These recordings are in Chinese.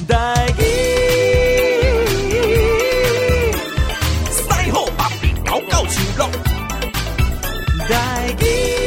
台语， 西好北边高高树落， 台语，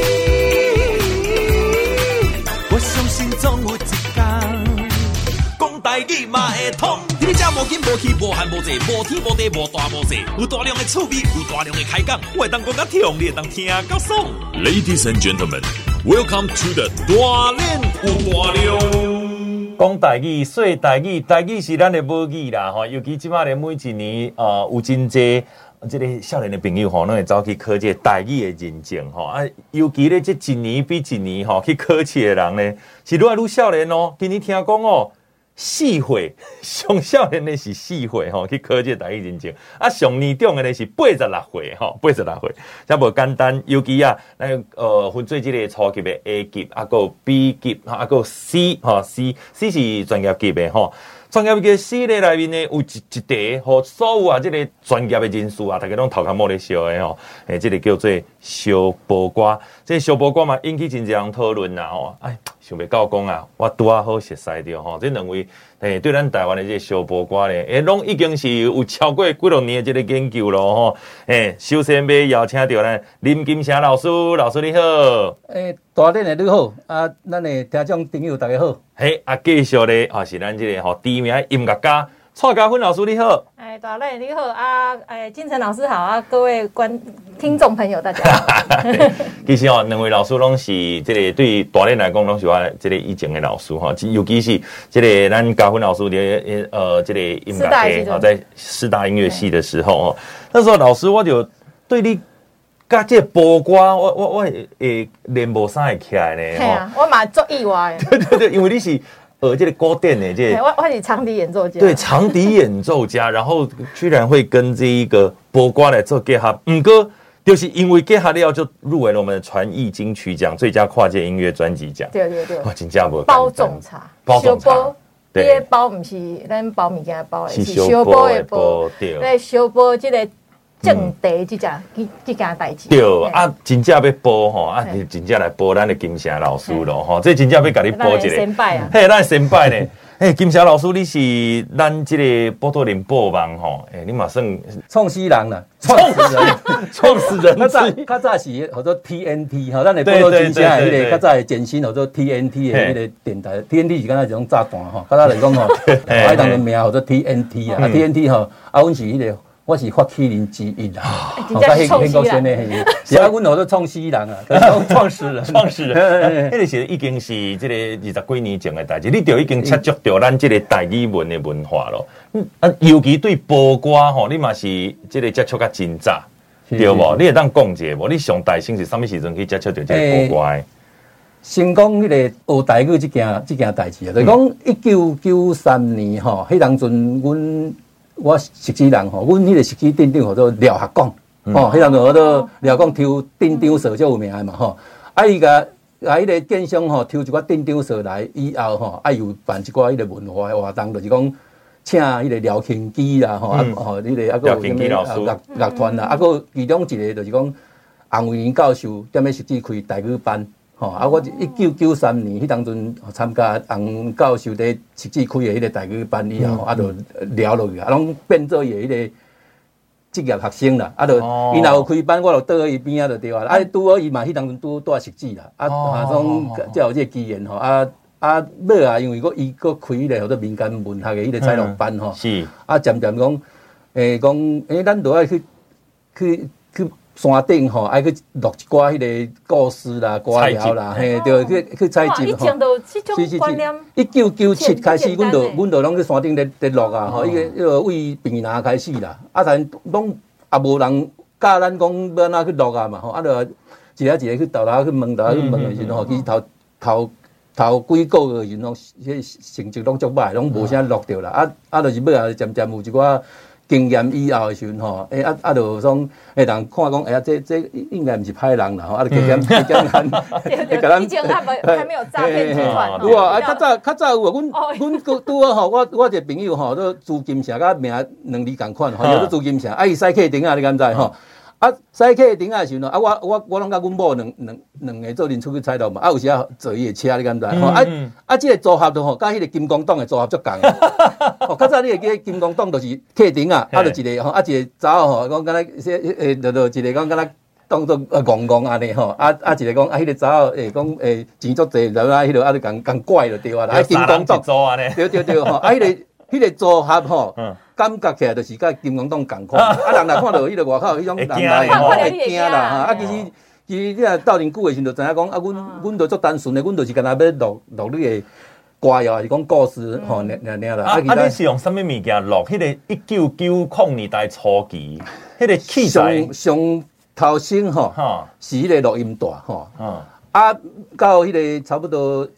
我相信总有一天， 讲台语嘛会通。你这无紧无气无寒无济，无天无地无大无细，有大量的趣味，有大量的开讲，我会当讲甲痛，你会当听甲爽。Ladies and gentlemen, welcome to the 大练有大量。 讲台语，说台语，台语是咱的母语啦吼。尤其即马咧，每一年有真济即个少年的朋友吼，拢会走去考这台语的认证吼。啊，尤其咧，这一年比一年吼去考试的人咧，是愈来愈少年哦。今年听讲哦，4岁上少年的是4岁吼去考这台语认证，啊，上年长的咧是86岁吼，86岁，这无简单。尤其啊，咱分做即个初级的 A 级，啊，个 B 级，啊，个 C 吼 ，C 是专业级的吼。专业嘅 C 咧内面呢有一题，和所有啊，即个专业的人士啊，大家拢头壳摸咧烧的吼，即个叫做小波瓜，这小波瓜嘛引起真侪人讨论啦吼，哎，想袂到讲啊，我拄啊好熟悉着吼，这两位对咱台湾的这个小波瓜咧，拢已经是有超过几多年的这个研究咯吼，首先要邀请到咱林金城老师，老师你好， 大练的你好，啊，咱的听众朋友大家好。 继续咧，是咱这个知名音乐家蔡家芬老师你好。 大练你好啊，金城老师好啊，各位听众朋友大家好。 其实两位老师拢是这个对大练来讲拢是我这个以前的老师哈，尤其是这个咱家芬老师的这个音乐系在师大音乐系的时候哦，那时候老师我就对你。甲这波瓜，我会练无啥会起来呢。 系啊，我嘛做意外。 对，因为你是这个古典的这我是长笛演奏家。 对，长笛演奏家，然后居然会跟这一个波瓜来做结合，不过就是因为结合了就入围了我们的传艺金曲奖最佳跨界音乐专辑奖。 对， 哇，真正无包种茶， 包种茶。 对，包不是咱包物件包的， 是小波的波。 对，小波这个。正题这件代志， 对啊，真正要播吼啊，真正来播咱的金城老师咯吼，这真正要甲你播一个， 先拜啊， 咱先拜呢，金城老师你是咱这个波多连播网吼，你嘛算创始人啦， 创始人， 较早是叫做 TNT 吼，咱的波多金城迄个较早的前身叫做 TNT 的迄个电台 ，TNT 是敢若一种炸弹吼，较早来讲吼，迄当个名叫做 TNT 啊，TNT 吼，啊，阮是迄个。我是发起人之一啦， 真正是创始人。是啊，阮好多创始人啊，创始人。 迄个是已经是这个20几年前的代志，你就已经接触到咱这个台语文的文化咯。尤其对波歌吼，你嘛是这个接触较真早，对无？你会当讲者无？你上大生是啥物时阵去接触到这个波歌的？ 先讲迄个学台语这件代志啊，就是讲1993年吼，迄当阵我实习人吼，阮迄个实习店长叫做廖学光，吼，迄当阵叫做廖光抽店长社最有名的嘛，吼，啊伊甲迄个建商吼抽一寡店长社来以后吼，啊又办一寡迄个文化的活动，就是讲请迄个廖庆基啦，吼，迄个啊个有啥物乐团啦，啊个其中一个就是讲洪伟林教授踮咧实际开台语班。吼啊！我1993年迄当阵参加洪教授咧实际开的迄个台语班以后，就聊落去，拢变做伊迄个职业学生啦。就伊若有开班，我就倒喺伊边仔就对啊。拄好伊嘛，迄当阵拄在实际啦。种才有这个机缘吼。尾因为伊开迄个叫做民间文学的迄个采录班吼。 是。 渐渐讲，咱都爱去。山顶吼，爱去录一寡迄个故事啦、歌谣啦，嘿，对，去采集吼。 你讲到这种观念 ，1997开始，阮就拢去山顶咧录啊，吼，迄个为平南开始啦，但拢也无人教咱讲要哪去录啊嘛，吼，就一个去豆去问的时候，吼，其实头几个月时候，迄成绩拢足歹，拢无啥录着啦，就是尾啊渐渐有一寡。经验以后的时阵吼，就讲，人看讲，这应该不是歹人啦，吼，就加减对，以前还没有诈骗集团。 有啊，较早有啊，阮拄好吼，我一个朋友吼，都朱金城甲名2字共款，吼，叫做朱金城，伊使客丁啊，你敢知吼？ 啊，驶客顶的时阵啊，我拢甲阮某两个做阵出去采购嘛，啊，有时啊坐伊的车，你敢知？吼，即个组合吼，甲迄个金光党的组合足共的。哦，较早你会记金光党就是客顶啊，啊，就一个吼，啊，一个查某吼，讲敢若就一个讲敢若当作戆安尼吼，啊，一个讲啊，迄个查某讲钱足济，然后啊，迄个啊就共怪就对啊，啊，金光党，对吼，啊，迄个组合吼。感觉起来就是甲金光党共款，啊，人若看到迄个外口迄种人来吼，会惊啦，啊，其实你若斗阵久的时阵，就知影讲啊，阮就足单纯的，阮就是干那要录你的歌谣，还是讲故事吼，啦。 啊，你是用什么物件录？迄个1990年代初期，迄个器材上头先吼，是迄个录音带吼，啊，到迄个差不多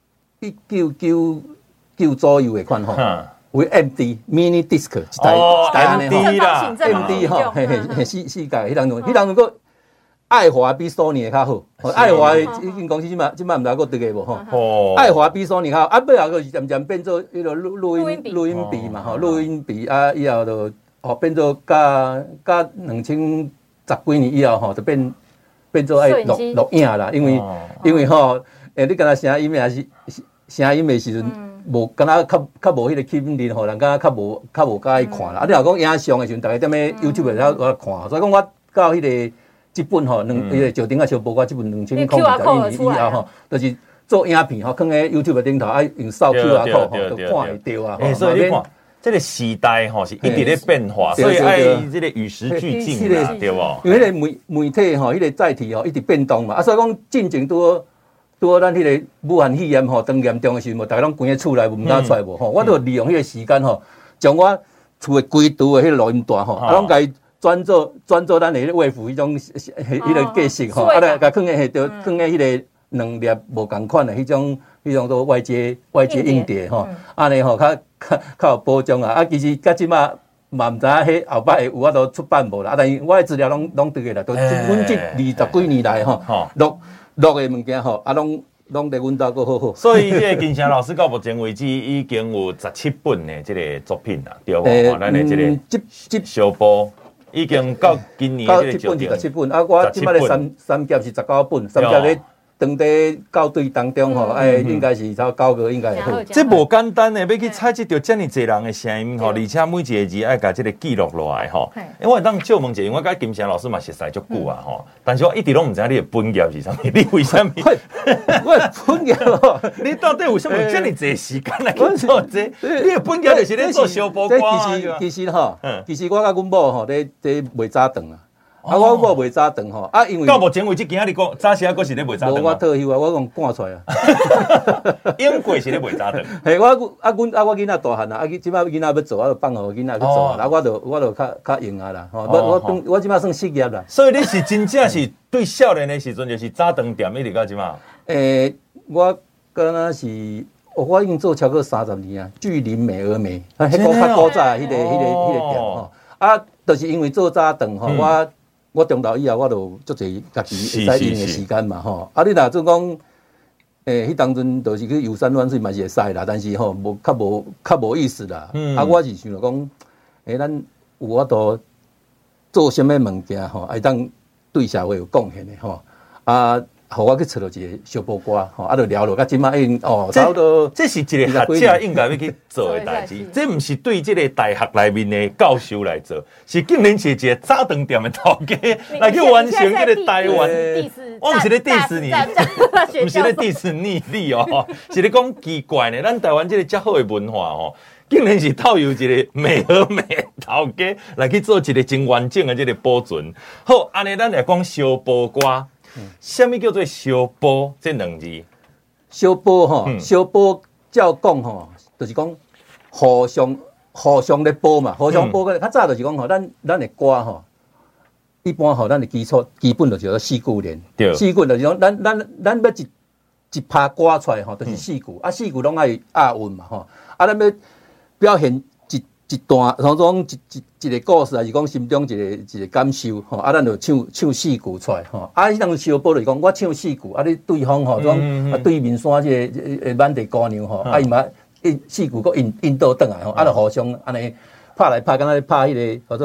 1999左右的款吼。为 MD mini disc 一台安尼吼 ，MD 啦 ，MD 吼，嘿，四界，迄当个爱华比索尼较好，爱华迄间公司即摆毋知个对个无吼，爱华比索尼较好，啊，尾后个是渐渐变做迄个录音笔嘛吼，录音笔啊，以后就变做加2010几年以后吼，就变做爱录影啦，因为吼，你敢若声音还是声音的时阵。无，敢若较无迄个吸引力吼，人敢若较无介意看啦。啊，你若讲影像的时阵，大家踮咧 YouTube 了我看，所以讲我到迄个即本吼，迄个石顶啊小报我即本2011年以后吼，就是做影片吼，放喺 YouTube 顶头，啊用扫 QR code 吼，就看会到啊。 所以你看，这个时代吼是一直咧变化，所以爱这个与时俱进啦，对无？ 因为迄个媒体吼，迄个载体吼一直变动嘛，啊，所以讲进前拄咱迄个武汉肺炎吼，当严重的时候，大家拢关喺厝内，唔敢出来无吼。我就利用迄个时间吼，将我厝的规度的迄个录音带吼，啊，拢甲伊转做咱的迄个卫福迄种迄个格式吼，啊，来甲放喺迄个两粒无共款的迄种做外接硬碟吼，安尼吼较有保障啊。啊，其实甲即马嘛唔知影迄后摆有法度出版无啦，啊，但是我的资料拢对个啦，都阮这20几年来吼录的物件吼，啊，拢伫阮兜个好。 所以，这个金城老师到目前为止已经有17本的这个作品啦，对无？咱的这个小报已经到今年这个 17本，啊，我即摆的三夹是19本，三夹咧当地校对当中吼，应该是差9个应该会好。 这无简单的，要去采集到这么侪人的声音吼，而且每一个字爱甲这个记录落来吼。因为我当借问一下，因为我甲金城老师嘛熟识足久啊吼，但是我一直拢唔知道你的本业是啥物，你为什么？ 我本业吼， 你到底为什么这么侪时间来去做这？你的本业就是咧做小报歌啊。 其实吼，其实我甲阮某吼，咧卖早顿啊。啊，我某卖早顿吼，啊，因为到目前为止，今仔日讲早时啊，佫是咧卖早顿。 无我退休啊，我讲赶出来啊。 永过是咧卖早顿。 嘿，我囡仔大汉啊，啊，即摆囡仔要做，我就放互囡仔去做，啊，我就较用啊啦。吼，我即摆算失业啦。 所以你是真正是对少年的时阵，就是早顿店一直到即摆。 我敢若是，我已经做超过30年啊，巨林美而美，迄个较古早迄个店吼，啊，就是因为做早顿吼，我中昼以后，我就足侪家己会使用的时间嘛吼。啊，你若做讲，迄当阵就是去游山玩水嘛是会使啦，但是吼较无意思啦。啊，我是想着讲，咱有法度做什么物件吼，会当对社会有贡献的吼。啊，互我去找到一个小报歌吼，啊，就聊落，甲即摆差不多。 这是一个学者应该要去做的代志，这不是对这个大学内面的教授来做，是竟然是一个早顿店的头家来去完成这个台湾。我不是咧 diss 你，不是咧 diss 你哦，是咧讲奇怪呢。咱台湾这个较好的文化哦，竟然是透由一个美和美头家来去做一个真完整的这个保存。好，安尼咱来讲小报歌。什么叫做小报？这两字。 小报吼，小报照讲吼，就是讲互相咧报嘛，互相报个。较早就是讲吼，咱的歌吼，一般吼，咱的基本就是叫4句连。4句就是讲，咱要一拍歌出来吼，就是4句，啊4句拢爱押韵嘛吼，啊咱要表现一段，像种一个故事，还是讲心中一个感受吼，啊，咱就唱4句出来吼，啊，迄当小报就是讲，我唱4句，啊，你对方吼，种对面山这个满地姑娘吼，啊，伊嘛4句搁引导转来吼，啊，就互相安尼拍来拍，敢若拍迄个叫做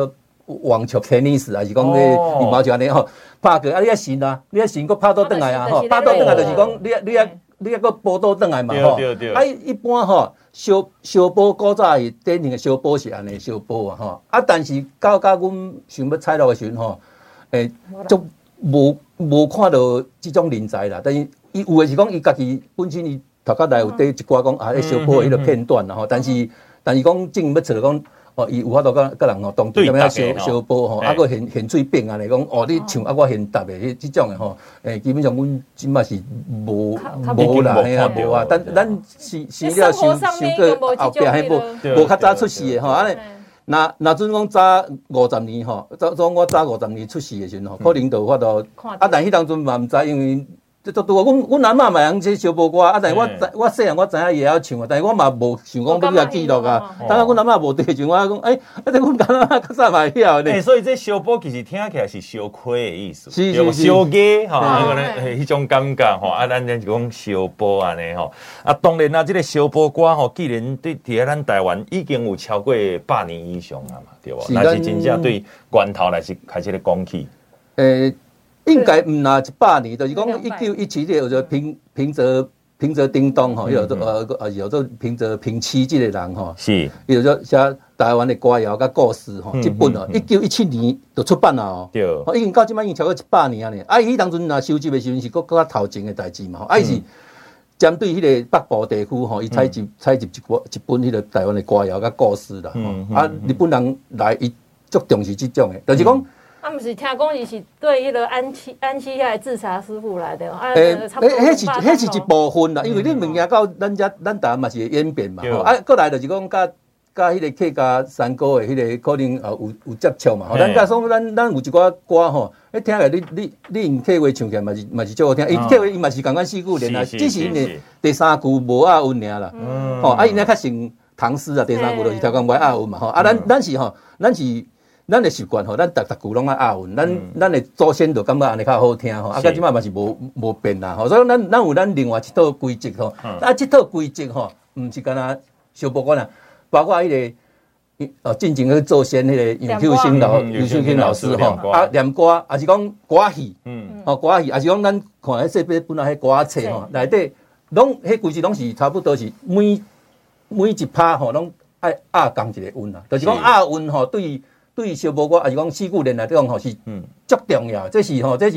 网球、tennis 还是讲咧羽毛球安尼吼，拍过啊，你啊神啊，你啊神个拍倒转来啊，吼，拍倒转来就是讲你啊个波倒转来嘛，吼，啊一般吼烧煲古早是典型的烧煲是安尼烧煲啊，吼，啊但是到阮想要采落的时阵吼，足无看到即种人才啦，但是伊有的是讲伊家己本身伊头壳内有缀一寡讲啊，烧煲的迄个片段啦，吼，但是讲正要找讲。伊有法度甲人吼当地咁样烧煲吼，啊个现水饼啊嚟讲，你唱啊我现搭的即种的吼，基本上阮即马是无啦，嘿啊无啊，咱是了想个后壁迄无较早出世的吼，安尼，那阵讲早50年吼，我早50年出世的时阵吼，可能就有法度，啊但迄当阵嘛毋知，因为。都阮阿嬷嘛用这烧煲歌，啊！但是我细汉我知影伊会晓唱啊，但是我嘛无想讲要记录啊。当然阮阿嬷无对阵，我讲这阮阿嬷较早嘛会晓呢。 所以这烧煲其实听起来是烧亏的意思， 是烧鸡吼，迄种感觉吼。啊，咱就讲烧煲安尼吼。啊，当然啦，这个烧煲歌吼，既然伫咱台湾已经有超过100年以上啊嘛，对无？那是真正对源头来是开始咧讲起。 应该唔拿100年，就是讲1917年有个平泽叮当吼，有做平泽平七这个人吼， 是， 有做写台湾的歌谣甲故事吼，这本哦，1917年就出版了哦， 对， 已经到即摆已经超过100年啊呢。啊，伊当阵若收集的时阵是搁较头前的代志嘛，啊，伊是针对迄个北部地区吼，伊采集一本迄个台湾的歌谣甲故事啦，啊，日本人来伊足重视即种的，就是讲。 毋是听讲伊是对迄个安溪遐的制茶师傅来的， 迄是一部分啦，因为你物件到咱台湾嘛是会演变嘛，吼，啊，过来就是讲甲迄个客家山歌的迄个可能有接触嘛，吼，咱加上咱有一寡歌吼，听起来你用客话唱起来嘛是足好听，伊客话伊嘛是共款4句连啊，只是因为第3句无押韵尔啦，吼，啊，因咧较成唐诗啊，第3句就是调讲无押韵嘛，吼，啊，咱是吼，咱的习惯吼，咱逐句拢爱押韵，咱的祖先就感觉安尼较好听吼，啊，到即摆嘛是无变啦吼，所以咱有咱另外一套规则吼，啊，这套规则吼，毋是干那小报关啦，包括迄个进前去做先迄个杨秀兴老师吼，啊，念歌也是讲歌戏，歌戏也是讲咱看迄说本来迄歌册吼，内底拢迄规则拢是差不多是每一拍吼拢爱押共一个韵啦，就是讲押韵吼对小报歌，还是讲4句连来讲吼是足重要，这是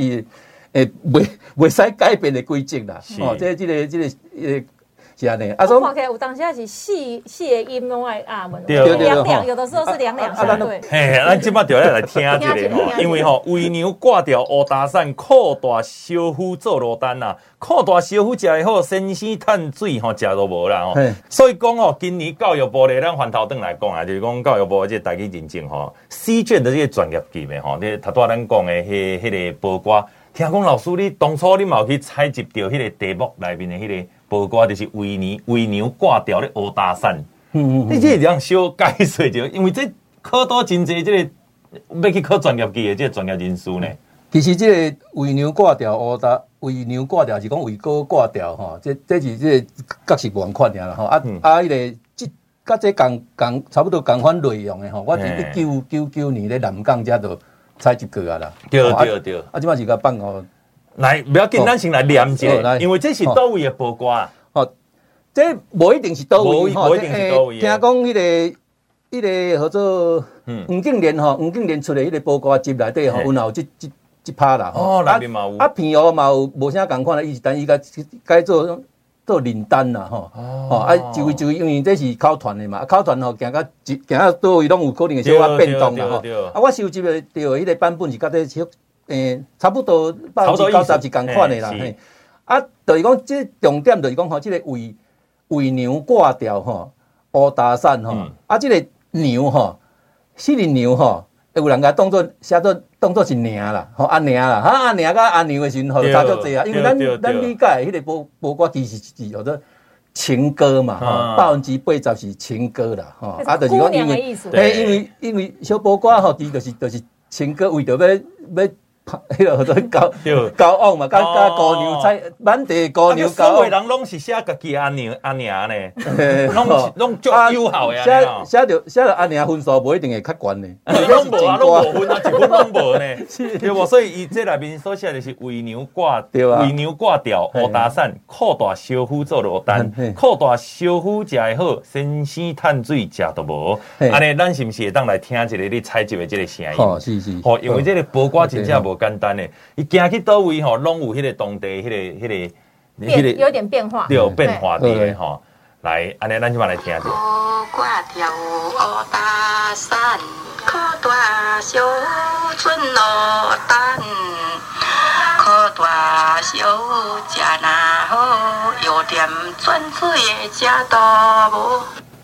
袂使改变的规则啦。哦，这个是安尼。 啊，我看起来有当时是四个音拢爱押韵， 对， 有的时候是两相对。 嘿，咱即摆就来听这个吼，因为吼为娘挂掉乌大伞，靠大小夫做落单呐，靠大小夫食得好，先生趁水吼食都无啦吼。所以讲哦，今年教育部咧，咱翻头转来讲啊，就是讲教育部这台语认证吼，C 卷的这个专业级的吼，你头拄咱讲的迄个报歌，听讲老师你当初你嘛有去采集到迄个题目内面的迄个。报歌就是为娘挂掉咧乌大伞，你这样小解释就，因为这考到真济这个要去考专业级的这个专业人士呢。 其实这个为娘挂掉为娘挂掉是讲为哥挂掉吼，这是这个角色原款尔啦吼，迄个甲这差不多同款内容的吼，我是1999年咧南港遮就采集过啊啦。 对， 啊，即摆是甲放哦。 来，不要紧，咱先来念者，因为这是倒位的报歌啊。 哦，这无一定是倒位吼，听讲迄个叫做黄敬连出的迄个报歌集内底吼，有即拍啦。 哦，内面嘛有。 啊，片哦嘛有无啥共款的意思，但伊改做林丹啦吼。哦，啊，一位因为这是考团的嘛，考团吼行到倒位拢有可能会小可变动啦吼。啊，我收集的着迄个版本是甲这差不多90%是共款的啦，嘿，啊，就是讲这重点就是讲吼，这个为娘挂掉吼，乌大伞吼，啊，这个娘吼，这个娘吼，有人甲当作是娘啦，吼阿娘啦，阿娘甲阿娘的时阵吼差足济啊，因为咱理解迄个报歌其实是叫做情歌嘛，吼，80%是情歌啦，吼，啊，就是讲因为小报歌吼，其实就是情歌，为着要迄个做高昂嘛，加高粱菜，满地高粱高。 所有人拢是写家己阿娘呢，拢足友好呀。 写着阿娘分数无一定会较悬呢。 拢无啊，拢无分啊，一分拢无呢。对无？所以伊这内面所写的是为娘挂吊乌搭伞，靠大小夫做落单，靠大小夫食会好，先生趁水食都无。安尼，咱是毋是会当来听一个你采集的这个声音？ 哦，是。 哦，因为这个播歌真正无简单的，伊行去倒位吼，拢有迄个当地迄个有点变化， 有变化的吼。来，安尼咱就来听一下。 挂条乌搭伞，靠大小村落单，靠大小食那好，有点转水的食都无。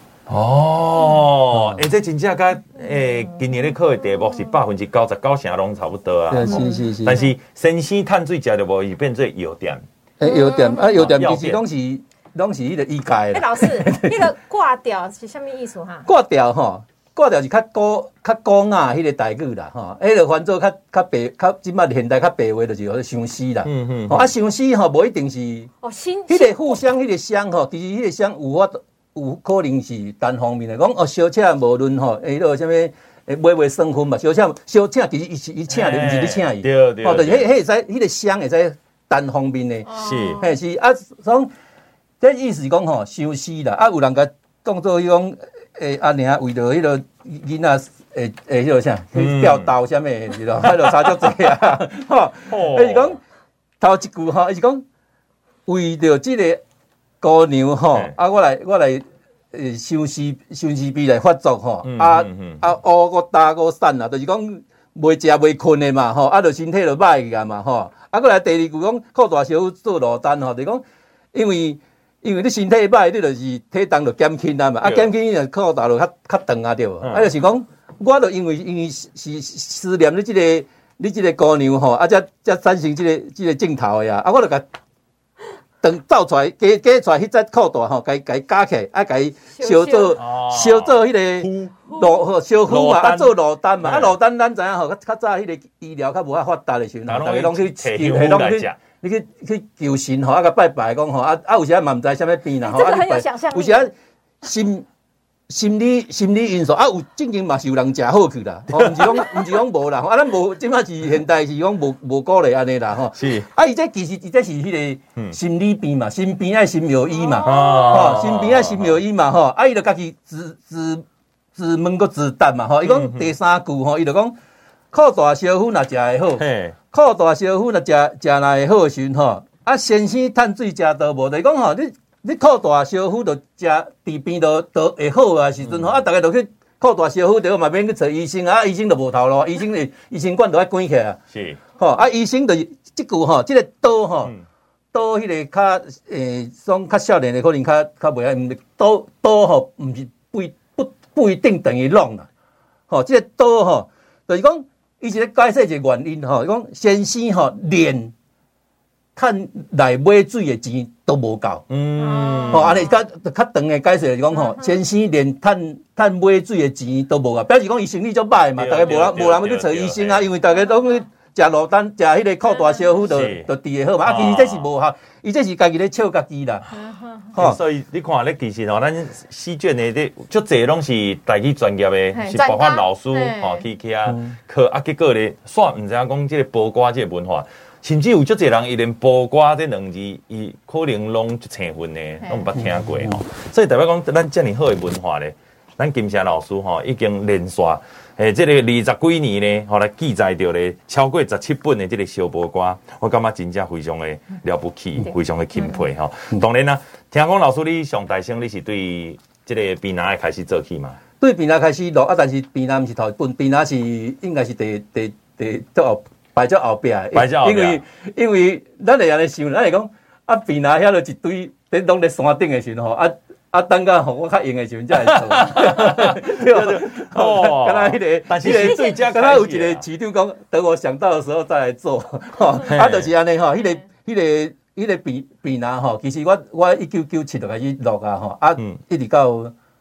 哦，这真正甲今年咧考的题目是99%成拢差不多啊。 是。 但是先生趁水食就无，伊变做药店。 药店其实拢是迄个意界啦。 老师，迄个挂吊是啥物意思哈？ 挂吊是较古雅迄个台语啦，吼，迄个翻做较白，即摆现代较白话就是相思啦。相思无一定是迄个互相迄个相吼，其实迄个相有可能是单方面的，讲相请无论吼，迄个啥物买算分嘛，相请其实伊请你，毋是你请伊。 对。 就是迄会使，迄个相会使单方面的。是啊，讲这意思是讲吼，相思啦，啊有人甲讲做迄种阿娘为着迄个囡仔迄个啥吊刀啥物，是咯，迄个差足济啊，吼。是讲头一句吼，伊是讲为着即个姑娘吼，啊，我来相思悲来发作吼，乌搭散啦，就是讲袂食袂困的嘛，吼，啊，就身体就歹去啊嘛，吼，啊，过来第二句讲靠大小做落单吼，就是讲因为你身体歹，你就是体重就减轻啊嘛，啊，减轻就靠大就较长啊对无，啊，就是讲我就因为是思念你即个姑娘吼，啊，才产生即个镜头的啊，我就甲。等造出来，加出来，迄只靠大吼，甲加起来，啊，甲伊烧做迄个落烧糊嘛，啊，做落单嘛，啊，落单咱知影吼，较早迄个医疗较无遐发达的时候，大家拢去你去求神吼，啊，甲拜拜讲吼，啊，有时嘛毋知啥物病啦吼，啊，有时心理因素啊，有正经嘛是有人食好去啦，毋是讲无啦，啊，咱无即摆是现代是讲无鼓励安尼啦吼。是。啊，伊这其实是迄个心理病嘛，心病爱心药医嘛，吼，心病爱心药医嘛，吼，啊，伊就家己自问个自答嘛，吼，伊讲第三句吼，伊就讲靠大小夫若食会好，靠大小夫若食若会好时吼，啊，先生趁水食都无，就是讲吼你靠大小夫就食治病都会好啊时阵吼，啊，逐个就去靠大小夫，就嘛免去找医生啊，医生就无头路，医生管就爱关起啊。是。吼啊，医生就即句吼，即个刀吼，刀迄个较种较少年的可能较袂晓，毋是刀吼，毋是不一定等于弄啦。吼，即个刀吼，就是讲伊是咧解释一个原因吼，讲先生吼练。趁来买水的钱都无够，吼，安尼较长的解释就是讲吼，先生连趁买水的钱都无够，表示讲伊生理足歹嘛，大家无人要去找医生啊，因为大家拢去食落单，食迄个靠大小夫就治会好嘛，啊，其实这是无效，伊这是家己咧笑家己啦， 吼，所以你看咧，其实吼，咱试卷的咧，足侪拢是台语专业的，是包括老师吼去啊课啊，结果咧，煞毋知影讲即个播歌即个文化。甚至有足侪人，伊连播歌这两字，伊可能拢就青分呢，拢捌听过吼。所以代表讲，咱遮尔好的文化咧，咱金城老师吼已经连续这个20几年咧，后来记载着咧超过17本的这个小播歌，我感觉真正非常的了不起，非常的钦佩吼。当然啦，听讲老师你上大生你是对这个避难开始做起嘛？ 对避难开始录啊，但是避难毋是头一本，避难是应该是第后。摆在后壁，因为咱会安尼想，咱会讲啊，边仔遐落一堆，伫拢伫山顶的时候吼，等到互我较用的时阵才会做。对，哦，敢若迄个， 但是最佳， 敢若有一个市长讲，等我想到的时候再来做，吼，啊，就是安尼吼，迄个边仔吼，其实我1997就开始录啊吼，啊，一直到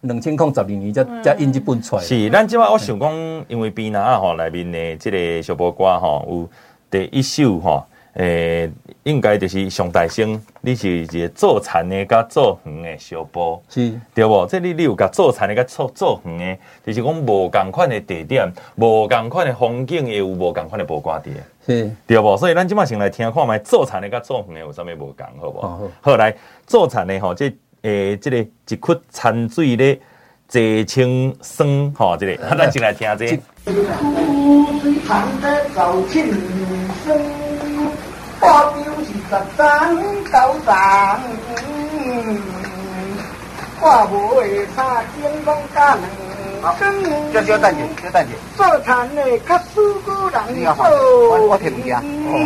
2012年才印这本出来。 是，咱即摆我想讲，因为边仔吼内面的即个小波歌吼，有第一首吼，应该就是上大声，你是一个做田的甲做园的小波， 是对无？即你有甲做田的甲做园的，就是讲无共款的地点，无共款的风景，也有无共款的播歌伫。 是， 对无？所以咱即摆先来听看觅做田的甲做园的有啥物无共，好无？ 好， 好来做田的吼，即个一窟田水咧。坐清霜，吼，这个，咱先来听这。 水潭的走清霜，我就是10张9张，我无会差点讲甲2更。小等者。做田的较输古人做，我听唔见。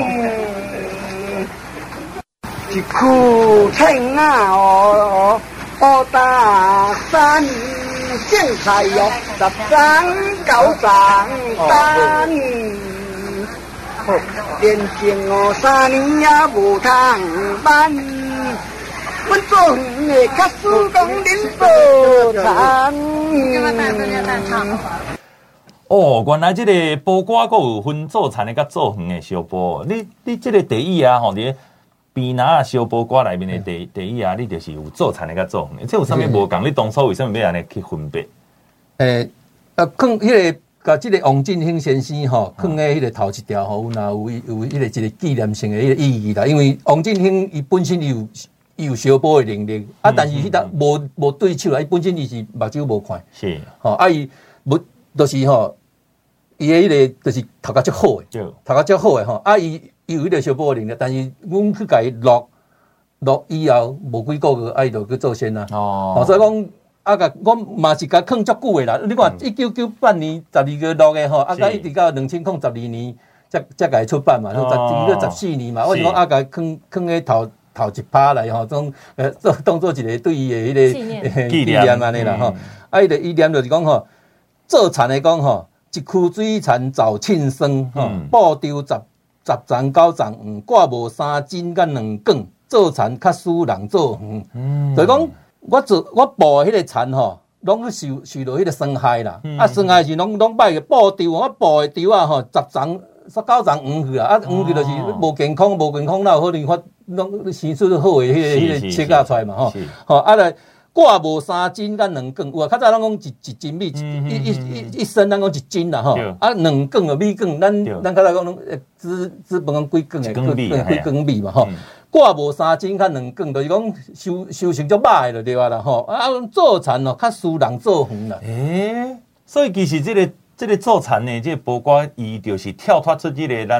一窟青啊哦大山。正菜哟，10张9张单，连前3年也无通办。阮做园的较输讲恁做田。 哦，原来这个播歌还有分做田的甲做园的小播，你这个第一啊，吼，伫边仔小播歌内面的第一啊，你就是有做田的甲做园的，这有啥物无共？你当初为什么要安尼去分别？ 放迄个甲即个王振兴先生吼，放喺迄个头一条吼，有迄个一个纪念性的迄个意义啦。因为王振兴伊本身有小播的能力，但是迄搭无对手啦，伊本身伊是目睭无看， 是吼，伊无就是吼，伊的迄个就是读甲足好诶，读甲足好诶吼，伊有迄个小播的能力，但是阮去甲伊录以后无几个月，伊就去做先啦。哦，所以讲。我嘛是甲囥足久诶啦。你看1998年12月录诶吼，一直到2012年才甲伊出版嘛，14年嘛。我是讲甲囥诶头一趴来吼，当做一个对伊诶迄个纪念安尼啦吼。伊个意念就是讲吼，做田诶讲吼，一窟水田走庆生吼，布丢10丛9丛黄，挂无3斤甲2更，做田较输人做园。就是讲。我布的迄个田吼，拢去受到迄个伤害啦。伤害是拢摆个布丢，我布的丢啊吼，10丛9丛黄去啊，黄去就是无健康，哪有可能发拢生出好的迄个切甲出来嘛吼。吼来挂无3斤甲2更，有啊，较早咱讲一斤米，一升咱讲1斤啦吼。2更啊米更，咱较早讲资本讲几更诶，几更米嘛吼。挂无3斤较2更，就是讲收成足歹就对啦吼。做田哦，较输人做园啦。 所以其实这个做田的这个播歌，伊就是跳脱出这个咱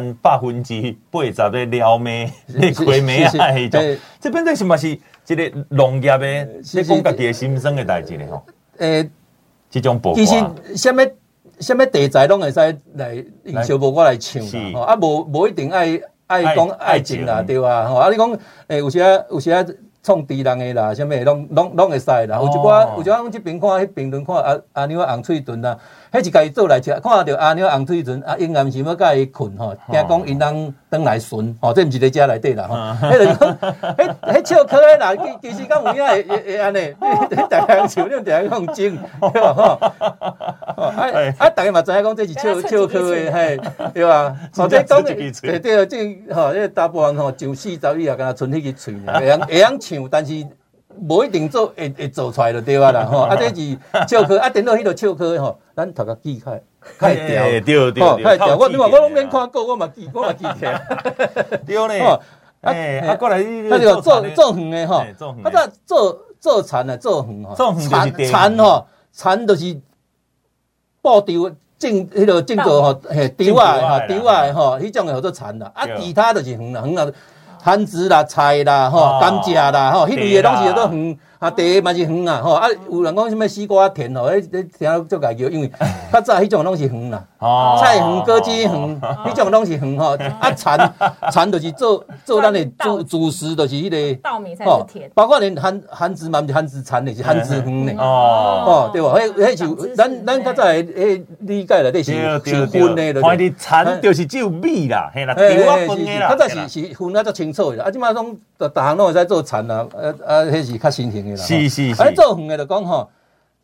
80%的撩妹、亏妹啊迄种。这本身是嘛是这个农业的，你讲家己的心声的代志咧吼。这种播歌， 其实什么题材拢会使来用小播歌来唱啦，无一定爱讲爱情啦，对吧？吼，你讲有时创智人的啦，啥物拢会使啦。有一寡阮这边看迄评论看阿娘红翠屯啦，迄是家己做来吃，看到阿娘红翠屯因暗时要甲伊困吼，惊讲因人转来巡吼，这毋是伫遮内底啦吼。迄就是讲，迄笑科的啦，其实敢有影会安尼，你大家笑，你大家讲真，对吧？吼，大家嘛知影讲这是笑科的，嘿，对吧？或者讲对，这吼，这大部分吼上40以后，敢若剩迄个喙尔，会晓唱，但是无一定会做出来就对啊啦吼。这是笑科，电脑迄个笑科吼，咱头壳记较会调， 对， 较调。我拢免看过，我嘛记起来。 对咧，过来他就做园的吼，他在做田的做园吼，田吼，田就是布丢迄个种做吼，丢啊，迄种叫做田啦。其他就是园啦，番薯啦、菜啦、甘蔗啦、迄类的拢是叫做园。地嘛是园啊，有人讲什么西瓜田吼，听足家叫，因为较早迄种拢是园啦，菜园、果子园，迄种拢是园吼。田就是做咱的主食，就是迄个稻米才是田， 包括连番薯嘛，毋是番薯田的，是番薯园的，对吧？迄是咱较早的理解内底是分的， 看你田就是只有米啦，嘿啦，丢啊分的啦。 较早是分啊足清楚的，即摆拢逐项拢会使做田啦，迄是较新型的。 是。 做园的就讲吼，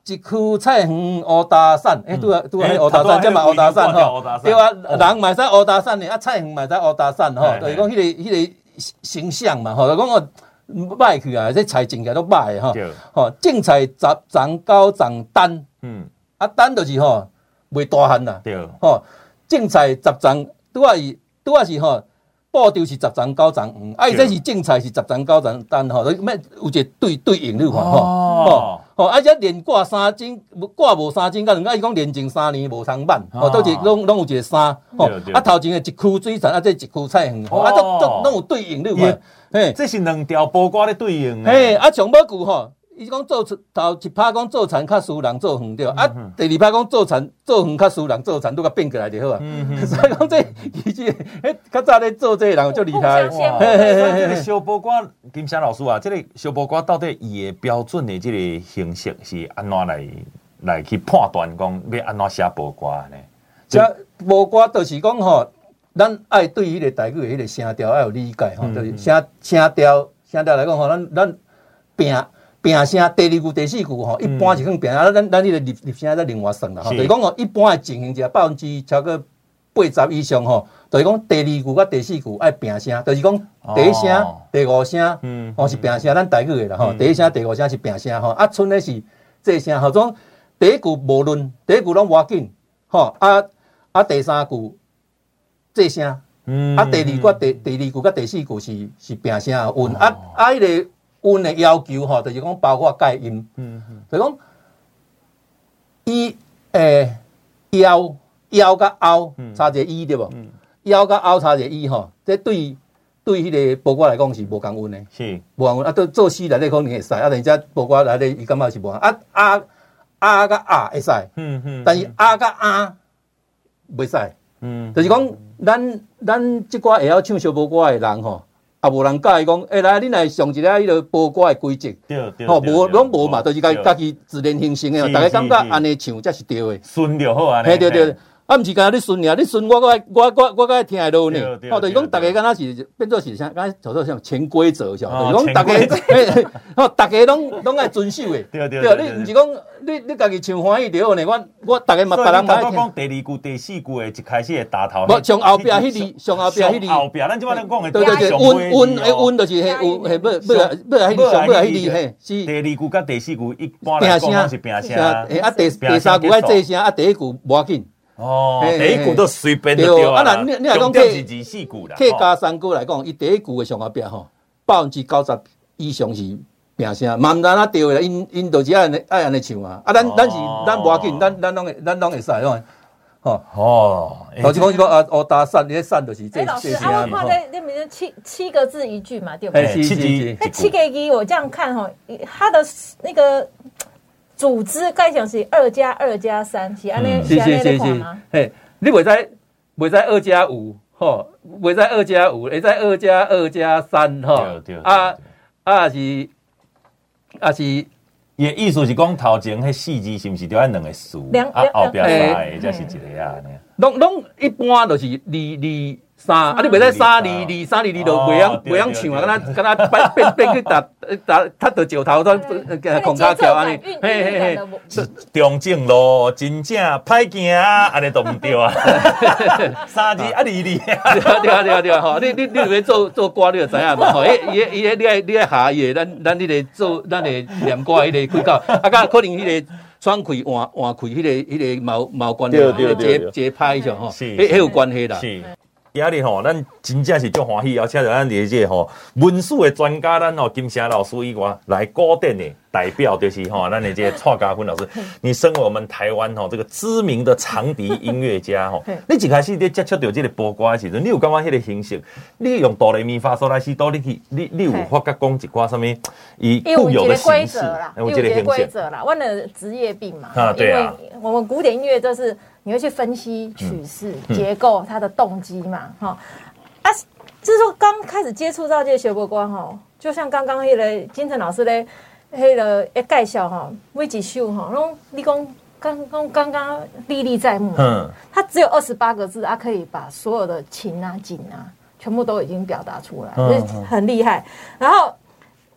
一区菜园乌搭伞，拄啊，乌搭伞，即嘛乌搭伞吼，对啊，人嘛使乌搭伞的，啊菜园嘛使乌搭伞吼，就是讲迄个形象嘛吼，就讲哦歹去啊，这菜种起来都歹吼，吼种菜10丛9丛单，啊单就是吼袂大汉啦，吼种菜10丛拄啊是吼。布丢是10丛9丛，啊，伊这是种菜是10丛9丛单吼，有一个对应你看吼，啊，这连挂3斤，挂无3斤，甲2，伊讲连种3年无通满，吼，都是拢有一个3，吼，啊，头前的一区水产，啊，这一区菜园，吼，啊，都拢有对应你看， 嘿，这是2条波瓜咧对应， 嘿，啊，上要句吼。伊讲头一拍讲做田较输人做园对，啊，第二拍讲做园较输人做田，都甲变过来就好啊。所以讲这其实较早咧做这个人就厉害。 这个小波瓜，金山老师啊，这个小波瓜到底伊的标准的这个形式是安怎来去判断讲要安怎写波瓜呢？ 这波瓜就是讲吼，咱爱对迄个台语的迄个声调要有理解吼，就是声调来讲吼，咱平声第2句第4句吼，一般是讲平啊，咱迄个入声再另外算啦吼。就是讲吼，一般的情形下，80%超过80%以上吼，就是讲第2句甲第4句爱平声，就是讲第1声、第5声，吼是平声，咱台语的啦吼。第1声、第5声是平声吼，啊，剩的是这声吼，种第1句无论，第1句拢无要紧吼，啊第3句这声，啊第2句第2句甲第4句是平声韵，啊迄个。韵的要求吼，就是讲包括介音，就是讲伊腰甲凹差一个伊对无？腰甲凹差一个伊吼，这对迄个包括来讲是无共韵的，是无共韵啊。做诗内底可能会使，啊，但是包括内底伊感觉是无啊甲啊会使，但是啊甲啊袂使，就是讲咱即寡会晓唱小波歌的人吼。啊，无人教伊讲，来，恁来上一个迄个播歌的规则，吼，无拢无嘛，就是家己自然形成的嘛，大家感觉安尼唱才是对的， 顺就好啊。 嘿，对，啊，毋是干你顺尔，你顺我个听会落呢，吼，就是讲大家敢若是变做是啥，敢若做像潜规则，是吧？就是讲大家，吼，大家拢爱遵守的，对，你毋是讲你家己唱欢喜就好呢，我大家嘛，别人嘛爱听。 讲第2句、第4句的一开始的打头， 无上后壁迄字，上后壁， 咱即摆咱讲的对，韵就是迄迄字嘿，是。 第2句甲第4句一般来讲是平声，啊第3句爱这声，啊第1句无要紧。 哦，第1句都随便就对啊。 啊，你来讲是2、4句啦。 客家3句来讲，伊第1句的上后壁吼，90%以上是平声，嘛毋知影对啦，因就是爱安尼唱啊。啊，咱无要紧，咱拢会使咯。 哦， 老师讲啊，乌搭伞，你伞就是这老师，啊，我看那里面7个字1句嘛，对不对？ 7句。 那7个字，我这样看哈，它的那个。组织该讲是2+2+3，是安尼的看吗？ 嘿，你袂使2+5，吼，袂使2+5，会使2+2+3，吼，啊是， 伊的意思是讲头前迄4字是毋是着按2个数，啊后壁3个才是一个啊， 拢一般就是2、3，啊你袂使3、2、就袂晓唱啊，敢若变去踏到石头都空骹跳安尼， 嘿， 中正路真正歹行，安尼都毋对啊，3字啊2， 对，吼，你如果做歌你就知影嘛，吼，伊你爱下伊个，咱迄个做咱个念歌迄个开口，啊，甲可能迄个喘气换气迄个毛关系，节拍上吼，迄有关系啦。 今日吼，咱真正是足欢喜，而且咱理解吼文史的专家，咱吼金城老师以外，来古典的代表就是吼，咱的这个蔡家芬老师。你身为我们台湾吼这个知名的长笛音乐家吼，你一开始你接触到这个播歌的时阵，你有感觉迄个形式？你用哆来咪发嗦来西哆，你有发觉讲一寡什么以固有的形式， 有一个规则啦，我的职业病嘛，因为我们古典音乐就是。你会去分析曲式、结构、它的动机嘛？哈啊，就是说刚开始接触到这个小波歌哈，就像刚刚那个金城老师咧，那个介绍哈，每一首哈，拢你讲刚刚历历在目。它只有28个字，它可以把所有的情啊、景啊，全部都已经表达出来，所以很厉害。然后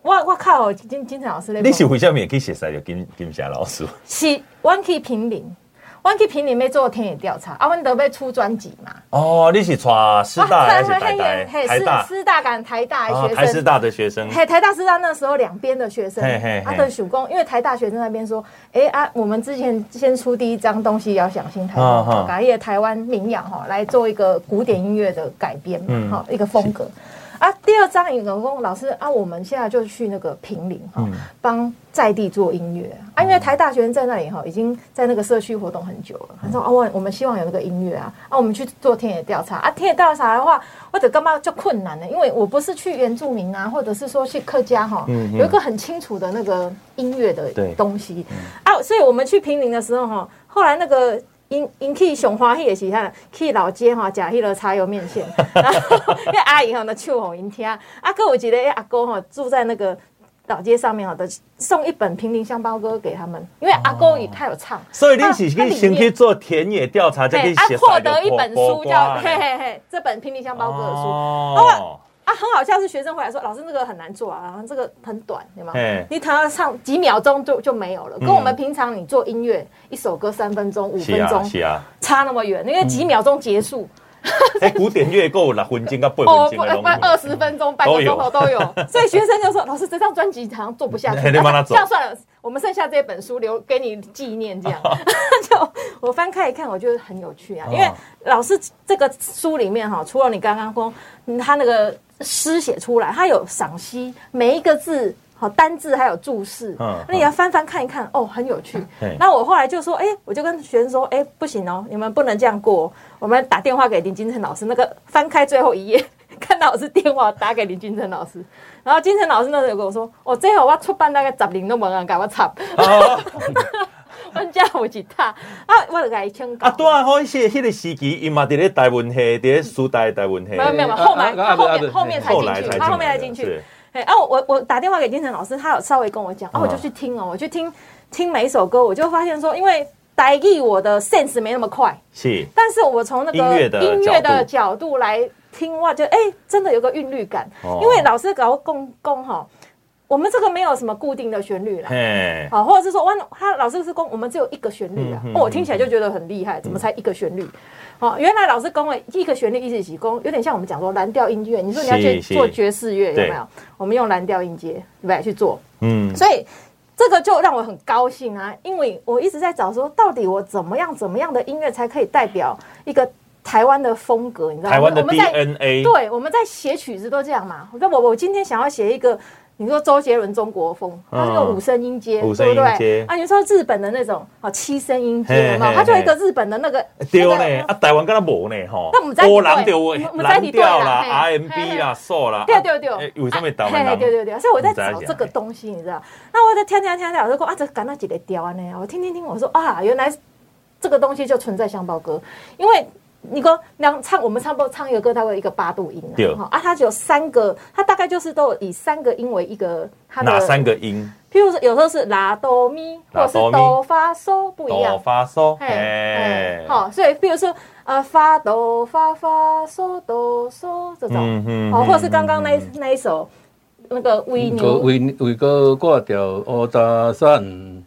我靠，金城老师你是为什么会去熟悉着金霞老师？ 是我去平林。我去平林要做田野调查，我都要出专辑嘛。 哦，你是传师大还是台大？ 师大跟台大的学生， 台师大的学生。 台大师大那时候两边的学生，的手工，因为台大学生那边说，我们之前先出第一张东西要想新台湾，改业台湾民谣哈，来做一个古典音乐的改编嘛，一个风格。第二张有工老师我们现在就去那个平林帮在地做音乐因为台大学生在那里已经在那个社区活动很久了。他说我们希望有那个音乐我们去做田野调查田野调查的话，或者干嘛就困难了，因为我不是去原住民或者是说去客家有一个很清楚的那个音乐的东西所以我们去平林的时候后来那个。因去上欢喜的是去老街吃迄个茶油面线，然后因为阿姨那唱给因听，还有一个阿哥住在那个老街上面的，送一本平林香包歌给他们，因为阿哥他有唱， 所以你是先去做田野调查，再去获得一本书叫这本平林香包歌的书很好笑，是学生回来说，老师那个很难做这个很短，对吗？你可能唱几秒钟就没有了，跟我们平常你做音乐一首歌3分钟、5分钟，差那么远，因为几秒钟结束。 古典乐够6分钟到8分钟 20分钟、半个钟头都有，所以学生就说：“老师，这张专辑好像做不下去，这样算了，我们剩下这本书留给你纪念。”这样，就我翻开一看，我觉得很有趣因为老师这个书里面除了你刚刚说他那个诗写出来，他有赏析每一个字。单字还有注释，那你要翻翻看一看，很有趣。那我后来就说，我就跟学生说，不行你们不能这样过，我们打电话给林金城老师，那个翻开最后一页，看到我是电话打给林金城老师，然后金城老师那时候跟我说，最后我出版大概10年都没人给我插。我家有一塔我就给他请教。对迄个时期，伊嘛伫咧台文系，伫咧师大台文系。 没有，后面才进去，他后面才进去。我打电话给金城老师，他有稍微跟我讲，我就去听我去听每一首歌，我就发现说，因为台语我的 sense 没那么快，是，但是我从那个音乐的角度来听，哇，就真的有个韵律感，因为老师给我讲我们这个没有什么固定的旋律啦，或者是说他老师是我们只有一个旋律我听起来就觉得很厉害，怎么才一个旋律？原来老师讲的一个旋律一直起功，有点像我们讲说蓝调音乐。你说你要去做爵士乐，有没有？我们用蓝调音阶，对不对？去做，所以这个就让我很高兴因为我一直在找说，到底我怎么样的音乐才可以代表一个台湾的风格？你知道吗？ 台湾的 DNA， 对，我们在写曲子都这样嘛。我今天想要写一个。你说周杰伦中国风，他那个5声音阶，对不对？你说日本的那种7声音阶，有没有？他就有一个日本的那个。 对呢，台湾跟他无呢那我们在蓝调啦、R&B 啦、soul 啦。 对。 为什么台湾？ 对，所以我在找这个东西，你知道？那我在听，我就说这干那几个调呢？我听，我说原来这个东西就存在香包歌，因为。你说我们差不多唱一个歌，它会有一个8度音它只有3个，它大概就是都以3个音为一个它的哪3个音？ 譬如说有时候是拉哆咪，或者是哆发嗦不一样。 哆发嗦， 所以譬如说发哆发嗦哆嗦这种，或者是刚刚那一首那个为牛为个挂掉乌大山。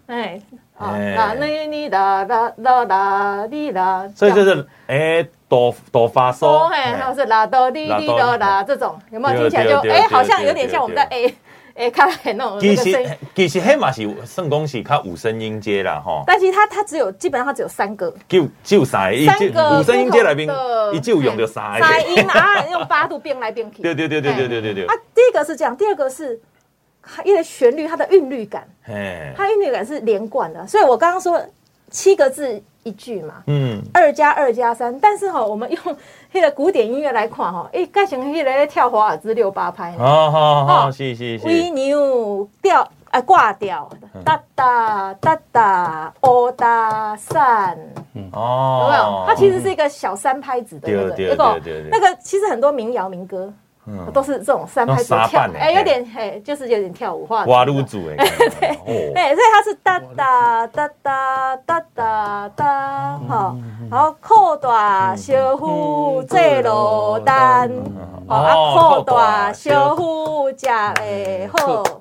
你啦， 所以就是哆发嗦， 还有是啦哆哩哩哆啦这种，有没有听起来就好像有点像我们在看那种那个声音。 其实迄嘛是算讲是较5声音阶啦但是它基本上它只有3个， 只有3个5声音阶内面，伊只有用到3个。 3音用8度变来变去。 对。 第一个是这样，第二个是。因为旋律它的韵律感，它韵律感是连贯的，所以我刚刚说7个字一句嘛，2+2+3，但是我们用那个古典音乐来看改成那个跳华尔兹6/8拍， 是， 为牛调挂调，哒哒哒哒，乌大山，有没有？它其实是一个小3拍子的那个，其实很多民谣民歌。都是这种3拍子跳，有点就是有点跳舞化。 挖路组对， 所以它是哒哒哒哒哒哒哒，然后裤大小虎做落单，裤大小虎食会好，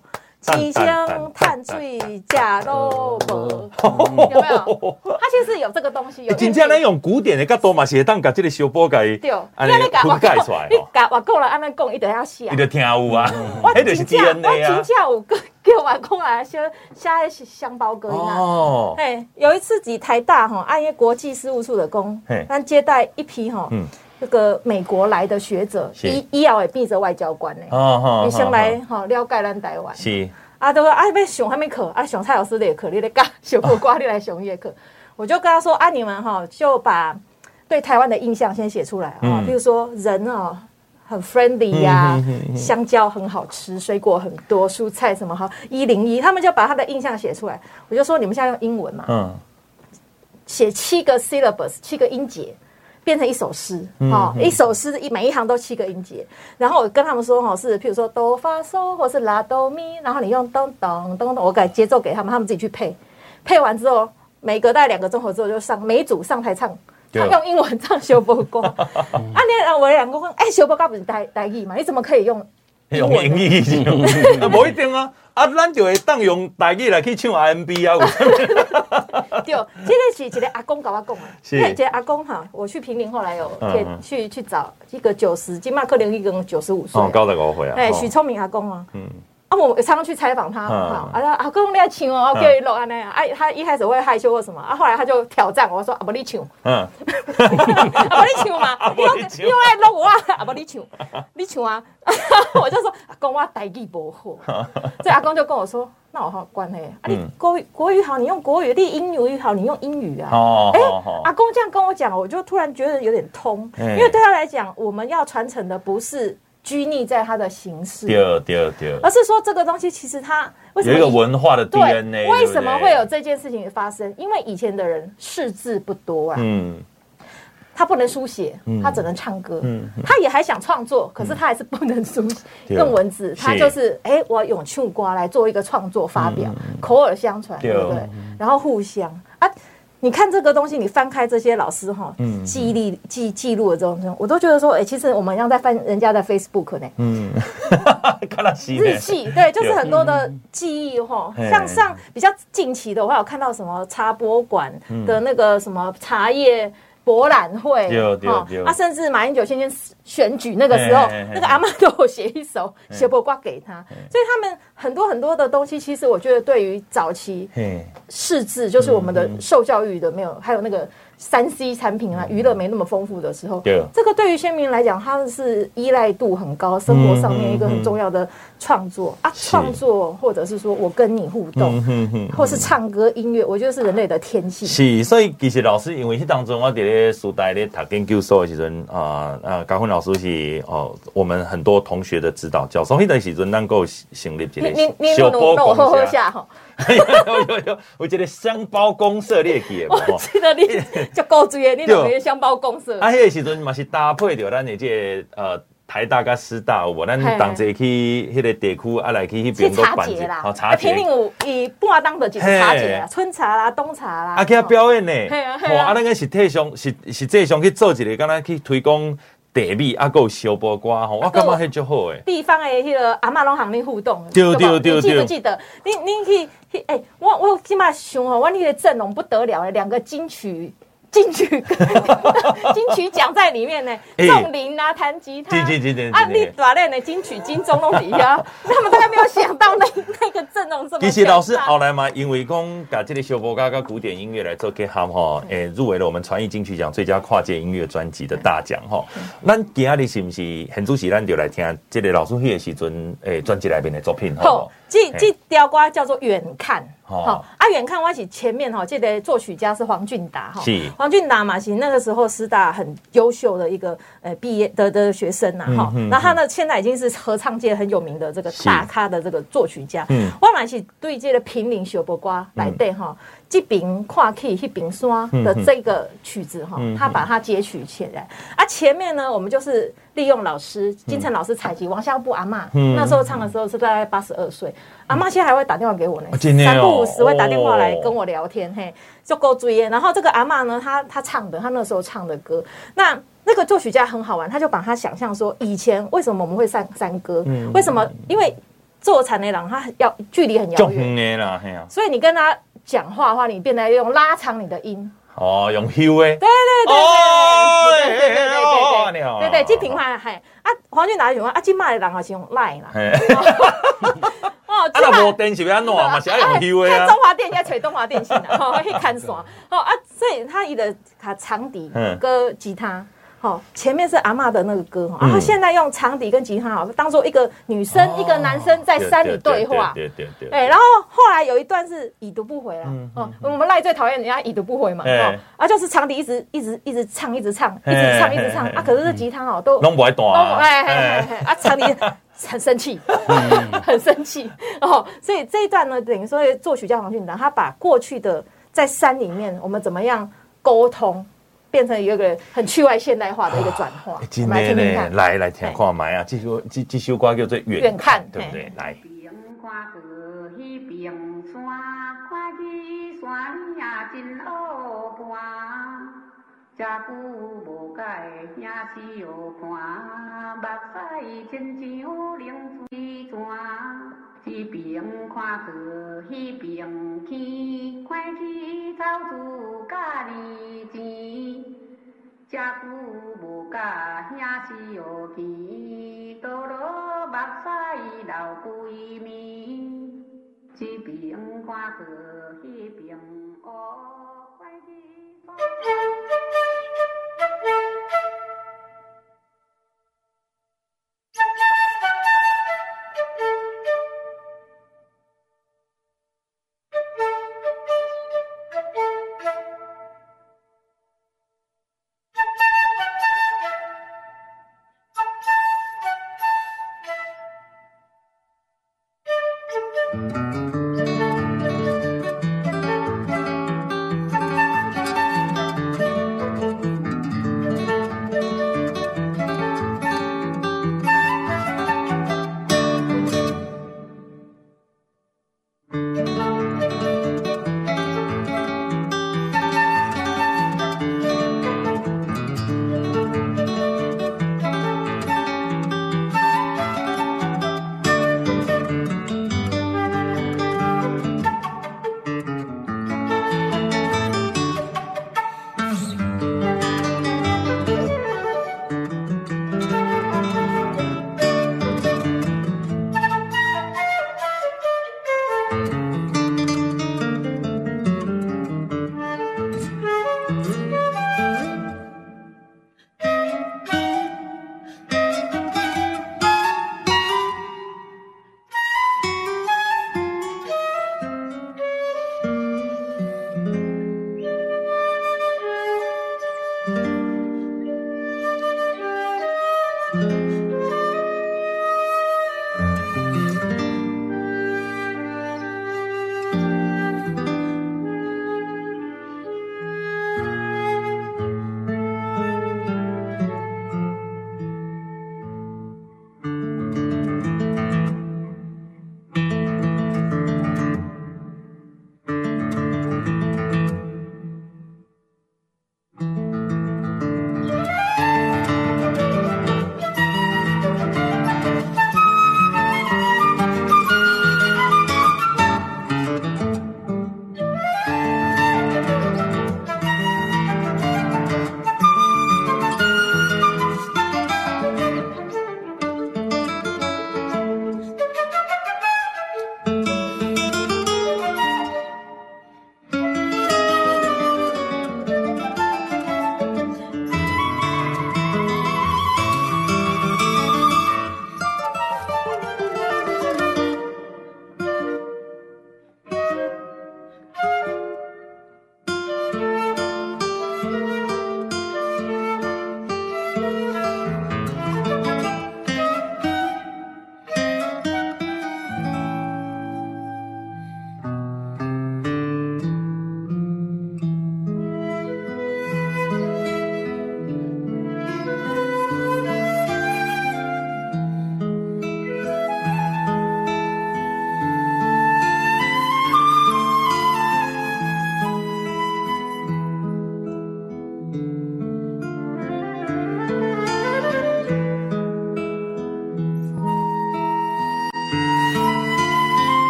鸡香碳水假萝卜，有没有？它其实有这个东西。有真正咱用古典的角度嘛，是当甲这个小波给对， 安尼分解出来。 你甲我讲了，安尼讲，伊就要写。 伊就听有啊，迄就是 DNA 啊。 我真正有叫我讲来写香包哥哦。哎，有一次伫台大哈，按国际事务处的工，咱接待一批哈。这个美国来的学者，医药也闭着外交官呢，你先来哈了解咱台湾。是啊，都啊要上什么课啊？上蔡老师的课，你来教小苦瓜，你来上夜课。我就跟他说啊，你们哈就把对台湾的印象先写出来啊，比如说人啊很 friendly 呀，香蕉很好吃，水果很多，蔬菜什么哈101，他们就把他的印象写出来。我就说你们现在用英文嘛，写7个 syllabus， 7个音节。变成一首诗，一首诗每一行都7个音节，然后我跟他们说，是譬如说哆发嗦或是拉哆咪，然后你用咚咚咚咚，我改节奏给他们，他们自己去配，配完之后，每隔大概2个钟头之后就每一组上台唱，他用英文唱小波歌，我两个说，小波歌不是台语嘛，你怎么可以用英语？不一定啊。咱就会当用台语来去唱 R&B 啊， 对，这个是一个阿公跟我讲的，是一个阿公哈，我去平林后来有去找一个90，今嘛可能已经95岁， 哦，95岁啊， 许聪明阿公啊，我常常去采访他，阿公你来唱哦，我叫伊录安尼啊，他一开始会害羞或什么，后来他就挑战我说，不你唱，不你唱嘛，你用爱录我，不你唱，你唱啊，我就说阿公我台语不好，所以阿公就跟我说，那我好关系啊，你国语好，你用国语；你英语好，你用英语啊。阿公这样跟我讲，我就突然觉得有点通，因为对他来讲，我们要传承的不是拘泥在它的形式，对，而是说这个东西其实它为什么有一个文化的 DNA， 为什么会有这件事情发生？因为以前的人识字不多啊，他不能书写，他只能唱歌，他也还想创作，可是他还是不能书写用文字，他就是我用唱歌来做一个创作发表，口耳相传，对不对？然后互相啊。你看这个东西，你翻开这些老师哈，记录的这种，我都觉得说，其实我们要在翻人家的 Facebook 呢， 看到日记，对，就是很多的记忆哈。像上比较近期的，我还有看到什么茶博馆的那个什么茶叶博览会，甚至马英九先生选举那个时候，那个阿嬷都有写一首小波瓜给他，所以他们很多的东西，其实我觉得对于早期识字，就是我们的受教育的没有，还有那个3C 产品啊，娱乐没那么丰富的时候，这个对于先民来讲，他们是依赖度很高，生活上面一个很重要的创作创作或者是说我跟你互动，或是唱歌音乐，我觉得是人类的天性。 是，所以其实老师因为当中我伫咧苏大咧读研究所的时阵高芬老师是我们很多同学的指导教授，迄段时阵咱有成立一个小波公社。有一个香包公社你会记得无？ 我记得你就高追的，你有个香包公社。 迄个时阵嘛是搭配着咱的这个台大甲师大有无？咱同齐去迄个地区来去迄边都办一个茶节。平林有以半当的一个茶节啦，春茶啦、冬茶啦。 去遐表演呢，咱个实体上去做一个，敢若去推广。地米还有小波歌吼，我感觉迄足好诶。 地方诶，迄个阿嬷拢和你互动， 对， 你记不记得？你去我起码想吼，我那个阵容不得了诶，2个金曲奖在里面呢，仲林啊，弹吉他，你大练的金曲金钟拢底下，他们大概没有想到那个阵容这么。 其实老师后来嘛，因为讲把这个小波歌跟古典音乐来做结合哈，入围了我们传艺金曲奖最佳跨界音乐专辑的大奖哈。咱今仔日是不是很主席，咱就来听这个老师迄个时阵专辑里面的作品好。 这条歌叫做《远看》远看我是前面这个作曲家是黄俊达黄俊达嘛是那个时候师大很优秀的一个毕业的学生然后他呢现在已经是合唱界很有名的这个大咖的这个作曲家，我嘛是对这个平林小波歌来对这边跨起那边山的这个曲子他把它截取起来前面呢我们就是利用老师金城老师采集王孝布阿嬷那时候唱的时候是大概82岁，阿嬷现在还会打电话给我呢，3不5时会打电话来跟我聊天，就够追耶。然后这个阿嬷呢，她唱的，她那时候唱的歌，那个作曲家很好玩，他就把他想象说，以前为什么我们会山歌？为什么？因为坐禅的人，他距离很遥远啦， 所以你跟他讲话的话，你变得用拉长你的音。 哦，用休诶。 对，这平话嘿啊，黄俊达就讲啊，今麦的人也是用赖啦。 哦，啊，无电是要安怎嘛？是要用休诶啊。 中华电现在找中华电信啦，去看线所以他的卡长笛跟吉他。前面是阿嬷的那个歌然后现在用长笛跟吉他当做一个女生一个男生在山里对话，然后后来有一段是已读不回了我们赖最讨厌人家已读不回嘛就是长笛一直唱可是这吉他都弄不爱断长笛很生气很生气所以这一段呢等于说作曲家黄俊达他把过去的在山里面我们怎么样沟通变成一个很去外现代化的一个转化， 真的呢，来听看麦啊！这首歌叫做《远看》，对不对？来。 这久无解，兄是哦看，目屎亲像冷水泉。这边看过，迄边去，看去草树甲梨钱。这久无甲兄是哦见，倒落目屎流规面。这边看过，迄边学，看去。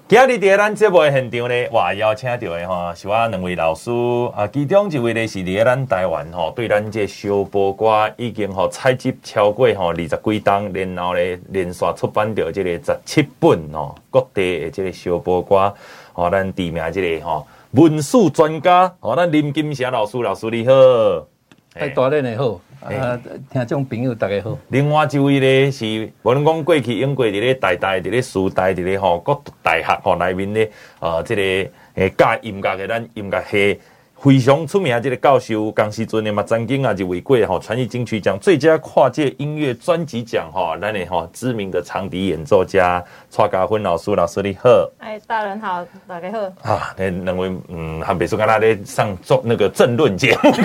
今日伫咱节目的现场咧，哇，邀请到的吼是我2位老师啊，其中一位咧是伫咱台湾吼，对咱这小波歌已经吼采集超过吼20几档，然后咧连续出版着这个17本吼各地的这个小波歌，吼咱知名这个吼文史专家，吼咱林金霞老师，老师你好， 大家好。听众朋友大家好。 另外一位咧是，无论讲过去英国伫咧台大、伫咧师大、伫咧吼各大学吼内面咧，这个教音乐的咱音乐系非常出名这个教授，当时阵的嘛曾经入围过吼传艺金曲奖最佳跨界音乐专辑奖吼，咱的吼知名的长笛演奏家蔡家芬老师，老师你好。 大人好，大家好。 啊，那两位还别说跟他咧上做那个政论节目。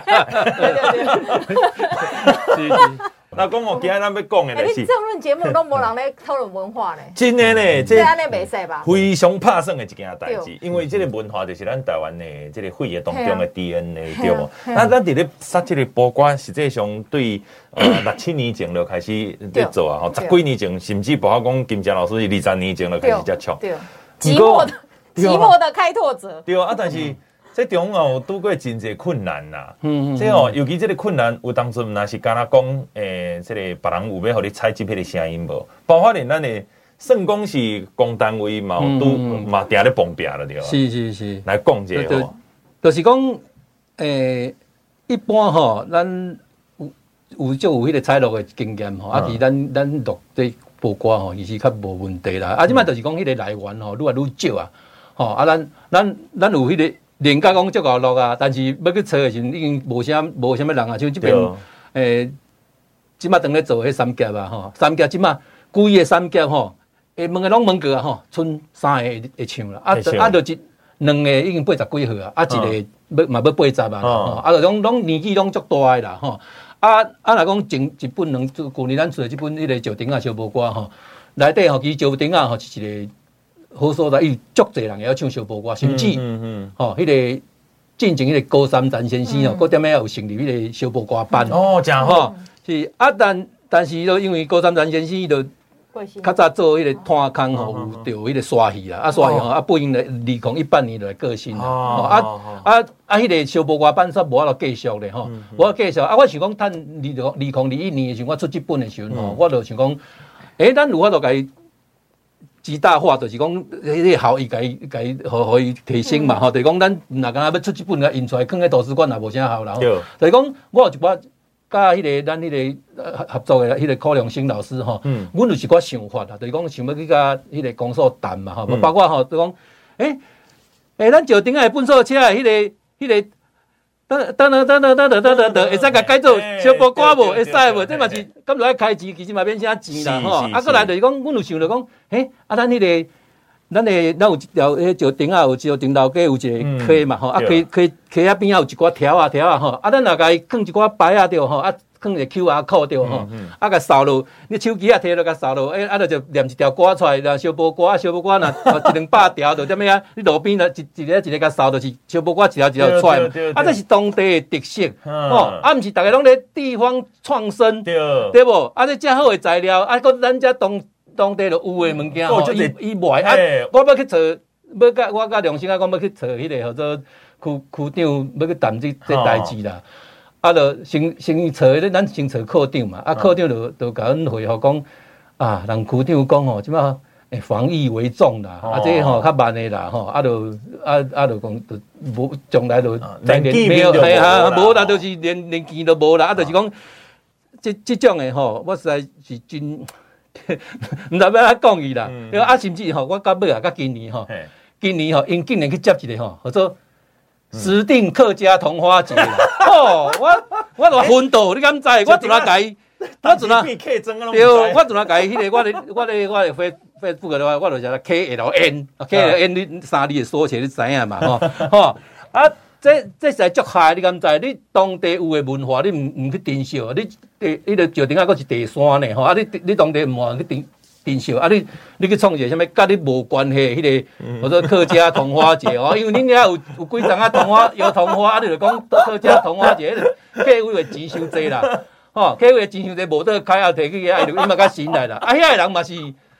对。 那讲我今日咱要讲的是，政论节目都无人咧讨论文化咧。 真的呢， 这安尼袂使吧？ 非常拍算的一件代志，因为这个文化就是咱台湾的这个血液当中的 DNA， 对不？咱伫咧杀这个波歌，实际上对6、7年前就开始在做啊，吼，10几年前，甚至包括讲金江老师20年前就开始在唱。 对，寂寞的开拓者。 对啊，但是。这中有拄过真侪困难啦，这尤其这个困难，有当初若是敢若讲，这个别人有要互你采集迄个声音无，包括连咱的算讲是公单位嘛，嘛定咧碰壁了对吧？ 是， 来讲一下吼， 就是讲，一般吼，咱有迄个采录的经验吼，其咱录这播歌吼，其实较无问题啦。即摆就是讲迄个来源吼，愈来愈少啊，吼咱有迄个。人家讲足够录啊，但是要去找的时候已经无啥物人啊，像这边即摆当咧做迄三甲啊吼，三甲即摆规个三甲吼，问个拢问过啊吼，剩3个会唱啦，就2个已经80几岁啊，一个嘛要80啊，就拢年纪拢足大个啦吼，若讲前一本去年咱出的这本迄个石丁啊小波歌吼，内底吼其实石丁啊吼是一个。好所在，伊足侪人会晓唱小波歌，甚至吼，迄个进前迄个高山詹先生哦，嗰点也有成立迄个小波歌班哦，真好是啊，但是都因为高山詹先生就较早做迄个炭坑吼，有着迄个刷戏啦，刷戏吼，不因2018年就来过身啦，迄个小波歌班煞无法度继续咧吼，无法继续我想讲，趁2021年的时候，我出这本的时候吼，我就想讲，咱如何都甲伊。极大化就是讲，迄个效益甲伊互伊提升嘛吼，就是讲咱若敢若要出一本来印出来，放喺图书馆也无啥效啦。就是讲，我有一寡甲迄个咱迄个合作的迄个柯良兴老师吼，阮有一寡想法啦，就是讲想要去甲迄个公所谈嘛吼，包括吼，就讲，咱石丁仔本所车迄个。等，会使甲改做小波歌无？会使无？这嘛是，咁就爱开钱，其实嘛免啥钱啦吼。过来就是讲，阮有想着讲，咱迄个，咱有一条迄石顶啊，有一条顶头街有一个溪嘛吼，溪啊边啊有一寡条啊吼，咱若甲伊放一寡牌啊着吼，放一个 QR code 着吼，甲扫落，你手机啊摕落甲扫落，就念一条歌出来，然后小波歌若100-200条，就踮咩啊？你路边一个甲扫，就是小波歌一条出来嘛。这是当地的特色哦，毋是大家拢咧地方创生，对无？这遮好的材料，搁咱遮当地就有的物件吼，以外我要去找，我甲良心我要去找迄个叫做区长要去谈这代志啦。就先找咱先找科长嘛，科长就甲阮回复讲，人区长讲吼，即摆防疫为重啦，这吼较慢的啦吼，就讲就无将来就连没有无啦，就是连见都无啦，就是讲这种的吼，我实在是真毋知要安讲伊啦，甚至吼，我到尾甲今年吼，因竟然去接一个吼，叫做。石碇客家同花节啦，我就昏倒，你敢知？我就来改，我就来对，我就来改迄个我的 Facebook 的话，我就写 KLN，KLN 你3字的缩写你知影嘛？吼，这是足害，你敢知？你当地有的文化，你唔去珍惜，你个石碇啊，佫是地山呢，吼，你当地唔去珍惜你去创一个什么甲你无关系迄个，或者客家同花节哦，因为恁遐有几丛啊同花摇同花，你就讲客家同花节，客户的钱伤济啦，客户的钱伤济，无得开摕去遐，伊嘛较新来啦，遐个人嘛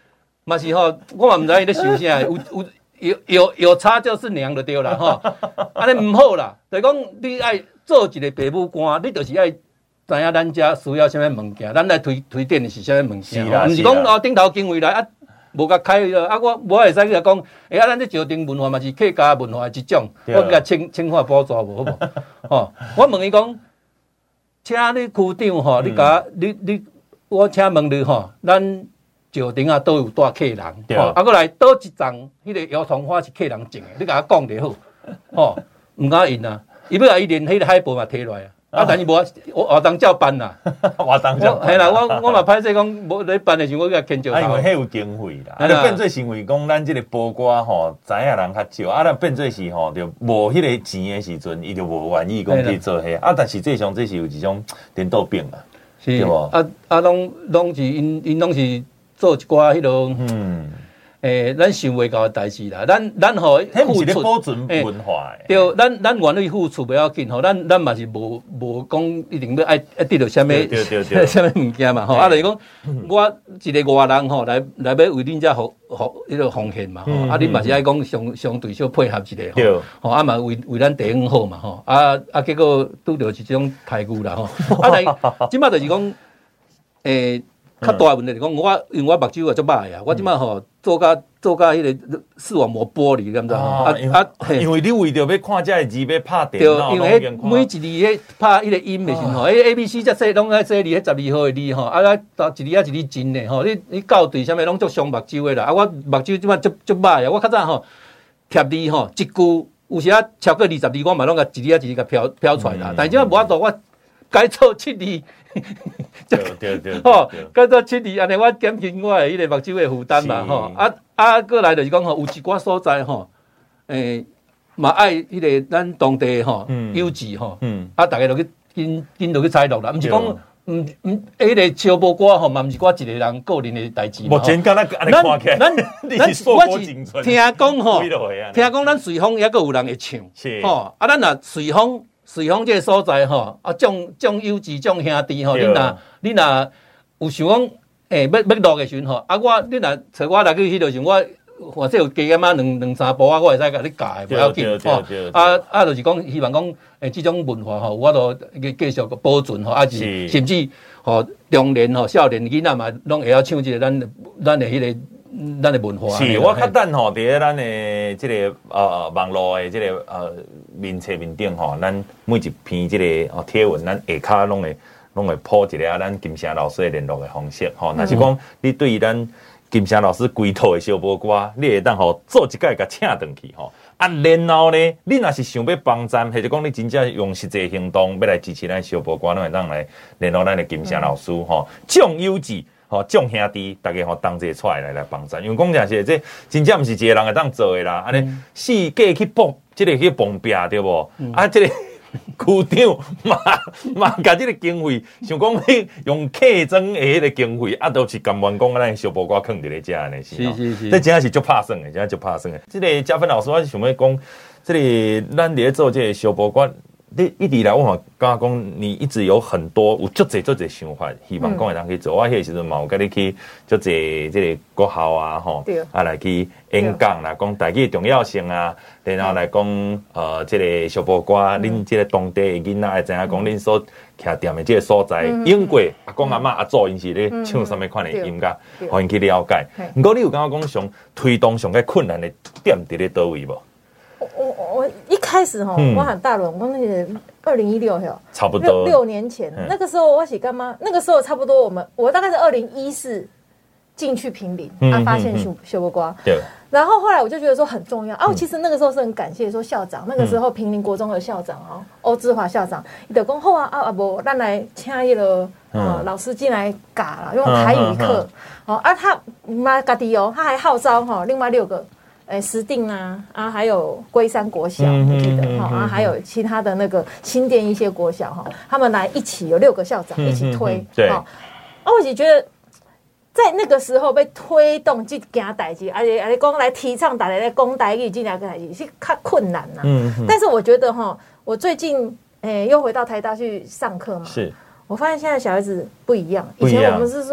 嘛是吼，我嘛唔知伊咧想啥，有差就是娘就对啦吼，安尼唔好啦。就是讲你爱做一个父母官，你就是爱知影咱家需要啥物物件，咱来推荐的是啥物物件，唔是讲哦顶头经费来啊。无甲开了啊！我会使去讲，咱这石碇文化嘛是客家文化一种，我甲清化补助无好无？吼，我问伊讲，请你区长吼，你甲你，我请问你吼，咱石碇啊都有带客人，吼，啊，过来倒一张迄个摇窗花是客人种的，你甲我讲就好，吼，唔敢应啊！伊要来伊连迄个海报嘛摕落来啊！啊，但是无我活动照办啦， 活动照办。 系啦，我嘛歹势讲，无咧办的时候我甲牵招头。 因为迄有经费啦，就变做是因为讲咱即个播歌吼，知影人较少，啊，咱变做是吼，就无迄个钱的时阵，伊就无愿意讲去做迄。啊，但实际上这是有一种颠倒病啦，对无？ 拢是因拢是做一寡迄种咱想袂到的代志啦，咱互付出，保存文化的。 对，咱愿意付出不要紧吼，咱嘛是无讲一定要爱得到啥物啥物物件嘛吼。啊，就是讲我一个外人吼来要为恁遮迄个奉献嘛吼。啊，恁嘛是爱讲相对小配合一下吼。吼，啊嘛为咱第一好嘛吼。啊，结果拄到一种态度啦吼。啊，但即摆就是讲较大问题就是讲，因为我目睭也足歹啊，我即摆吼做甲迄个视网膜剥离，敢知吼？ 因为你为着要看这个字要拍电脑， 因为每一字迄拍迄个音的时候，迄 ABC 则说拢爱说伫迄12号的字吼，啊，一字一字真的吼，你校对啥物拢足伤目睭的啦，啊，我目睭即摆足歹啊，我较早吼贴字吼一句有时啊超过20字，我嘛拢甲一字一字甲飘出来啦，但是即摆无法度，我改做7字。 对， 吼，改做7字，安尼我减轻我的迄个目睭的负担嘛，吼，过来就是讲吼，有一寡所在吼，嘛爱迄个咱当地吼优质吼，大家就去紧就去采录啦，毋是讲迄个小波歌吼，嘛毋是我一个人个人的代志嘛。 目前敢若安尼看起来， 我是听讲吼，听讲咱随风也佫有人会唱，吼，啊，咱若随风这个所在吼，啊，种优质种兄弟吼，你若有想讲，要录的时阵吼，啊，你若找我来去迄个时阵，或者有加减啊两三步啊，我会使甲你教的，不要紧吼。就是讲希望讲，这种文化吼，我都继续保存吼，是甚至吼中年吼少年囡仔嘛，拢会晓唱一个咱的迄个。咱的文化是，我较等吼，伫咱的这个网络的这个面册面顶吼，咱每一篇这个贴文，咱下骹拢会铺一个咱金城老师的联络的方式吼。若是讲你对咱金城老师规套的小波歌，你会当吼做一届甲请转去吼。啊，然后呢，你若是想要帮站，或者讲你真正用实际行动要来支持咱小波歌，拢会当来联络咱的金城老师吼，种优质。吼，众兄弟，大家吼同齐出来帮咱，因为讲真是这真正毋是一个人会当做的啦，安尼四界去蹦，这个去蹦壁对无？啊，这个区长嘛甲这个经费，想讲去用客庄的迄个经费，啊，都是甘愿讲咱小波歌囥伫咧遮安尼是。这真正是足拍算的，真正足拍算的。这个嘉芬老师，我是想要讲，这个咱伫咧做这个小波歌。你一直以来，我嘛感觉讲，你一直有很多有足侪想法，希望讲会当去做。我迄个时阵嘛有甲你去足侪这个国校啊，吼，啊来去演讲啦，讲台语的重要性啊，然后来讲这个小波歌，恁这个当地的囡仔会知影讲恁所徛店的这个所在，英国阿公阿嬷阿祖因是咧唱什么款的音乐，互因去了解。不过你有感觉讲上推动上个困难的点伫咧倒位无？ 我一开始哈，我喊大伦，我那个2016哟， 差不多 6年前，那个时候我是干嘛？那个时候差不多我大概是2014进去坪林，发现小波歌， 对。 然后后来我就觉得说很重要啊，我其实那个时候是很感谢说校长，那个时候坪林国中的校长哦，欧志华校长，伊就讲好啊无，咱来请迄个老师进来教啦，用台语课，他妈家己哦，他还号召哈另外6个。石碇啊，还有龟山国小，我记得哈，还有其他的那个新店一些国小哈，他们来一起有6个校长一起推， 对， 我就觉得在那个时候被推动这件代志，而且讲来提倡大家来讲台语这件代志是较困难呐，但是我觉得哈，我最近又回到台大去上课嘛， 是我发现现在小孩子不一样，以前我们是说。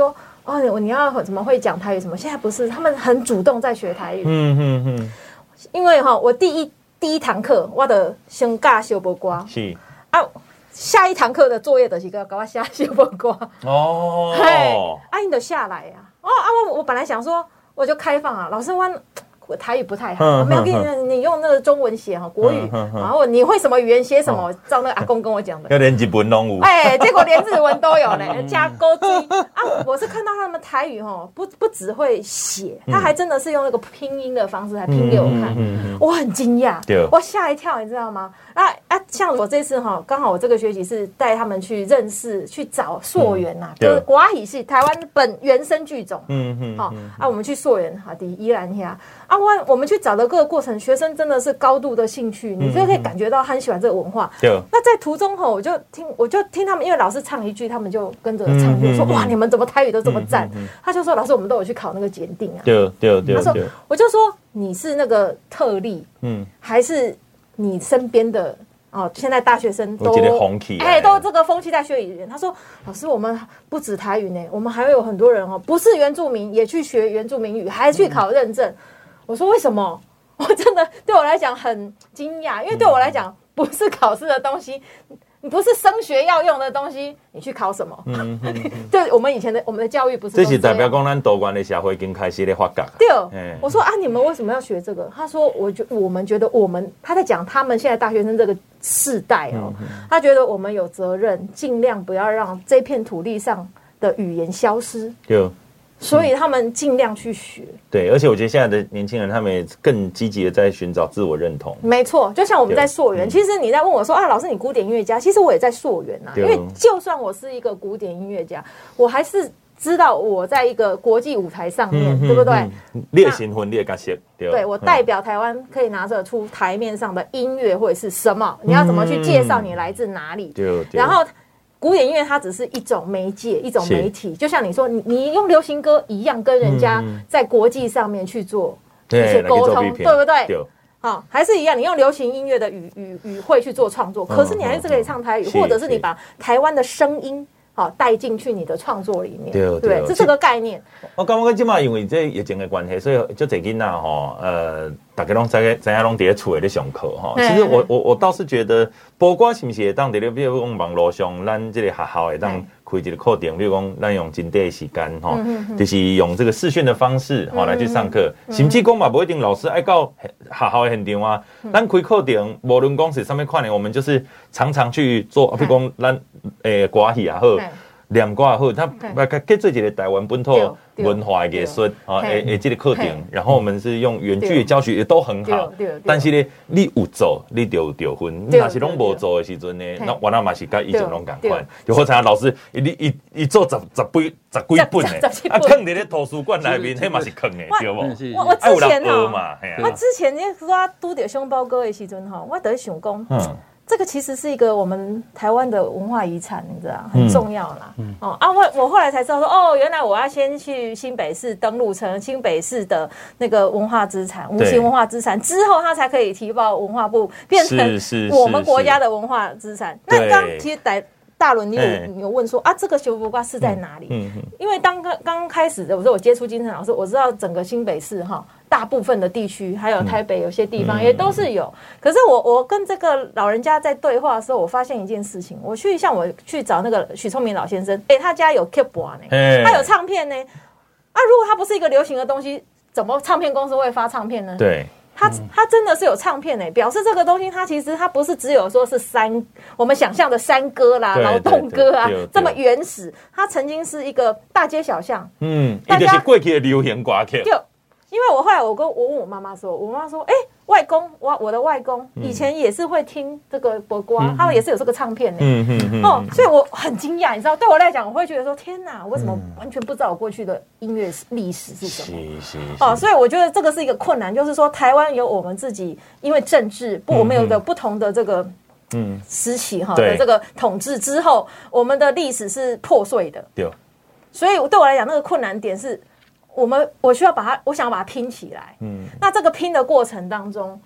哦，你要怎么会讲台语什么？现在不是，他们很主动在学台语。因为我第一堂课我的先教小波歌， 是啊，下一堂课的作业就是给我写小波歌。 哦， 嘿，你就下来呀。我本来想说我就开放啊，老师我台语不太好，没有跟你用那个中文写国语，然后你会什么语言写什么，照那个阿公跟我讲的， 要连日文都有， 结果连日文都有嘞，加勾机啊！我是看到他们台语不只会写，他还真的是用那个拼音的方式来拼给我看，我很惊讶，我吓一跳，你知道吗？像我这次刚好我这个学期是带他们去认识、去找溯源呐，就是国语系台湾本原生剧种，我们去溯源哈，第宜兰遐我们去找的各个过程，学生真的是高度的兴趣，你就可以感觉到他很喜欢这个文化。那在途中我就听他们，因为老师唱一句，他们就跟着唱一句，说哇，你们怎么台语都这么赞？他就说老师，我们都有去考那个检定啊。对。他说，我就说你是那个特例，还是你身边的？现在大学生都都这个风气在学语言。他说：“老师，我们不止台语呢，我们还有很多人不是原住民也去学原住民语，还去考认证。”我说：“为什么？”我真的对我来讲很惊讶，因为对我来讲不是考试的东西，你不是升学要用的东西，你去考什么？对，我们以前的我们的教育不是这是代表讲咱多元的社会已经开始在发展。 对，我说你们为什么要学这个？他说我们觉得他在讲他们现在大学生这个世代他觉得我们有责任尽量不要让这片土地上的语言消失。对。所以他们尽量去学， 对，而且我觉得现在的年轻人，他们也更积极的在寻找自我认同。 没错，就像我们在溯源，其实你在问我说老师你古典音乐家，其实我也在溯源因为就算我是一个古典音乐家，我还是知道我在一个国际舞台上面，对不对？ 列行婚列角色， 对，我代表台湾可以拿得出台面上的音乐会是什么？你要怎么去介绍你来自哪里？然后。古典音乐它只是一种媒介，一种媒体，就像你说，你用流行歌一样，跟人家在国际上面去做一些沟通，对不对？还是一样，你用流行音乐的语汇去做创作，可是你还是可以唱台语，或者是你把台湾的声音带进去你的创作里面，对，这是个概念。 我感觉现在因为这疫情的关系，所以就这囡仔大家拢知影拢伫咧厝里咧上课其实我倒是觉得，不管是不是当伫咧，比如讲网络上，咱这个学校会当开一个课程，比如讲咱用真短的时间就是用这个视讯的方式来去上课，甚至讲嘛不一定老师爱到学校的现场啊，咱开课程，无论讲是什么款的，我们就是常常去做，比如讲咱歌戏也好。念歌也好，他做一个台湾本土文化的艺术这个课程，然后我们是用远距的教学也都很好。但是呢，你有做，你就有得分；你若是拢无做的时阵呢，那我那嘛是跟以前拢同款。就好像老师，一做十几本的，放在咧图书馆内面，那嘛是坑的，对不？ 我之前你说拄到熊包哥的时阵我在想讲。这个其实是一个我们台湾的文化遗产，你知道，很重要啦。我后来才知道说，原来我要先去新北市登录成新北市的那个文化资产，无形文化资产之后，它才可以提报文化部，变成我们国家的文化资产。那刚其实大伦，你有问说这个修佛瓜是在哪里？因为刚开始的，我接触金城老师，我知道整个新北市大部分的地区，还有台北有些地方也都是有。可是我跟这个老人家在对话的时候，我发现一件事情，我去找那个许聪明老先生，他家有 keyboard 呢，他有唱片呢。如果他不是一个流行的东西，怎么唱片公司会发唱片呢？ 对。 他真的是有唱片表示这个东西它其实它不是只有说是我们想象的山歌啦、劳动歌啊这么原始，它曾经是一个大街小巷， 它就是过去的流行歌曲。 因为我后来我问我妈妈说，外公，我的外公以前也是会听这个播歌，他们也是有这个唱片所以我很惊讶，你知道，对我来讲，我会觉得说，天哪，我为什么完全不知道我过去的音乐历史是什么？所以我觉得这个是一个困难，就是说台湾有我们自己，因为政治我们有的不同的这个时期的这个统治之后，我们的历史是破碎的，对，所以对我来讲，那个困难点是。我想要把它拼起来。那这个拼的过程当中，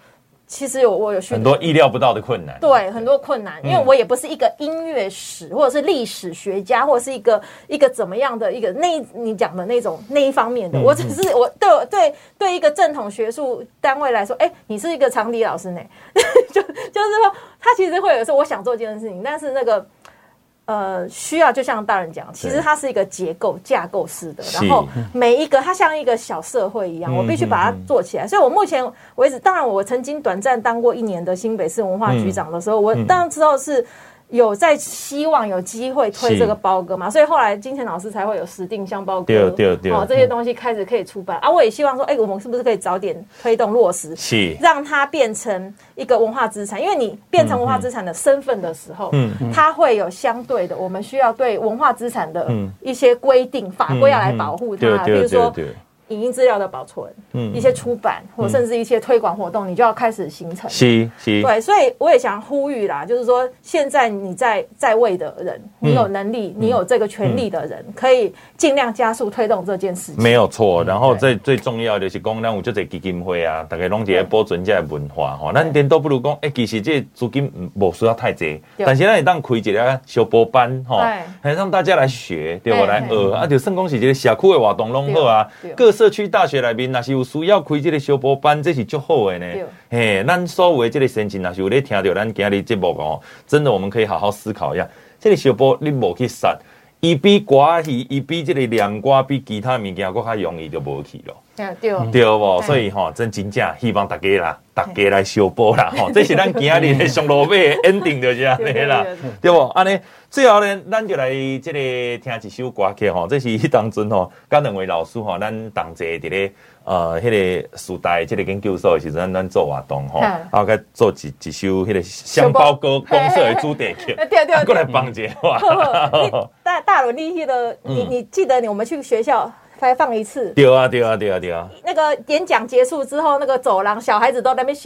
其实我有很多意料不到的困难， 对，很多困难，因为我也不是一个音乐史或者是历史学家，或者是一个怎么样的一个你讲的那一方面的，我只是对一个正统学术单位来说，你是一个长笛老师呢，就是说他其实会有时候我想做这件事情，但是那个。需要就像大人讲，其实它是一个架构式的，然后每一个它像一个小社会一样，我必须把它做起来。所以我目前为止，当然我曾经短暂当过1年的新北市文化局长的时候，我当之后是有在希望有机会推这个包歌嘛，所以后来金钱老师才会有石定香包歌，对，这些东西开始可以出版啊。我也希望说，我们是不是可以早点推动落实，让它变成一个文化资产？因为你变成文化资产的身份的时候，它会有相对的，我们需要对文化资产的一些规定法规要来保护它，比如说。影音资料的保存，一些出版或甚至一些推广活动，你就要开始形成。对，所以我也想呼吁啦，就是说，现在你在位的人，你有能力，你有这个权利的人，可以尽量加速推动这件事情。 没有错。然后最重要的是讲，咱有这个基金会啊，大家拢在保存这个文化哈。咱颠倒不如讲，其实这资金不需要太多，但是咱会当开一个小播班哈，让大家来学，对不？来学啊，就算讲是这个社区的活动拢好啊，各社区大学内面，若是有需要开这个小补班，这是足好的呢。嘿，咱所有的这个先进，若是有咧听到咱今日节目哦，真的我们可以好好思考一下，这个小补你无去杀，伊比歌戏，伊比这个练歌，比其他物件佫较容易就无去咯。对无，所以真正希望大家来小补啦这是咱今日的上路尾的 ending 就是安尼啦，对无？安尼最后呢，咱就来这个听一首歌曲这是当阵甲两位老师咱同齐伫咧迄个时代这个研究所的时阵，咱做活动啊，甲做一首迄个香包歌公社的主题曲，对，过来帮一下。 大伦，你你记得我们去学校开放一次， 对啊。 那个演讲结束之后，那个走廊小孩子都在那边修，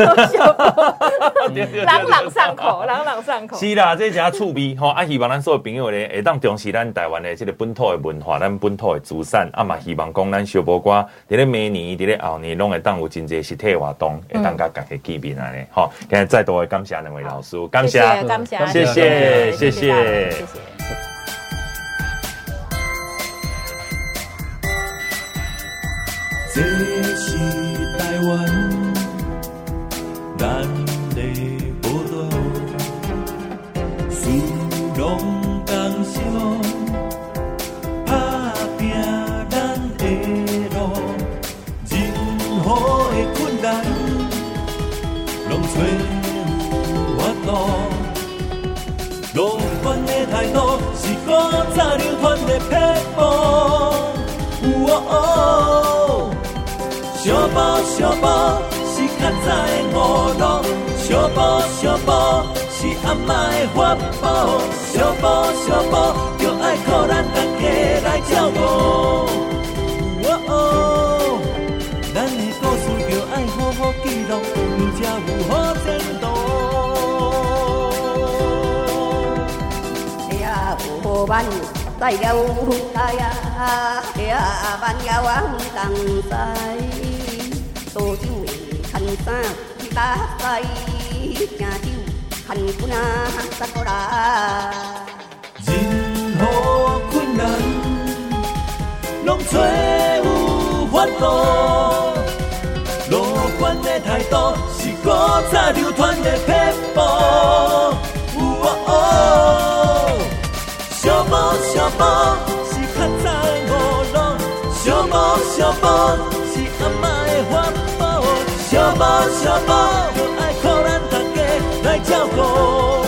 朗朗上口。 是啦，这真趣味希望咱所有朋友咧会当重视咱台湾的这个本土的文化，咱本土的资产嘛希望讲咱小补歌伫咧明年、伫咧后年拢会当有真侪实体活动，会当甲大家见面安尼。今日再度感谢两位老师，感谢。 这是台湾，咱的宝岛，殊荣同心，打拼咱的路，任何的困难，拢找有法度。乐观的态度是古早流传的撇步。小补是较早的五路，小补是阿嬷的法宝，小补就爱靠咱大家来照顾。咱的故事就爱好好记录，才有好前途。 有万在了大呀，万呀万当在。多酒的看衫打赛，敬酒看姑娘杀过来。 任何困难，拢找有法度。乐观的态度是古早流传的撇步。小补是较早的五路，小补是阿嬷的法宝，小补就爱靠咱大家来照顾。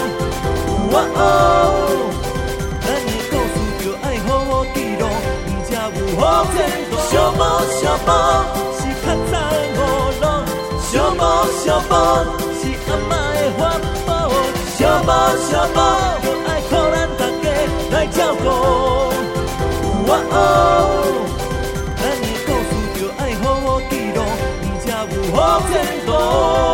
咱的故事就爱好好记录，才有好前途。小补是较早的五路，小补是阿嬷的法宝，小补就爱靠咱大家来照顾。咱的故事就爱好好记录，才有好前途。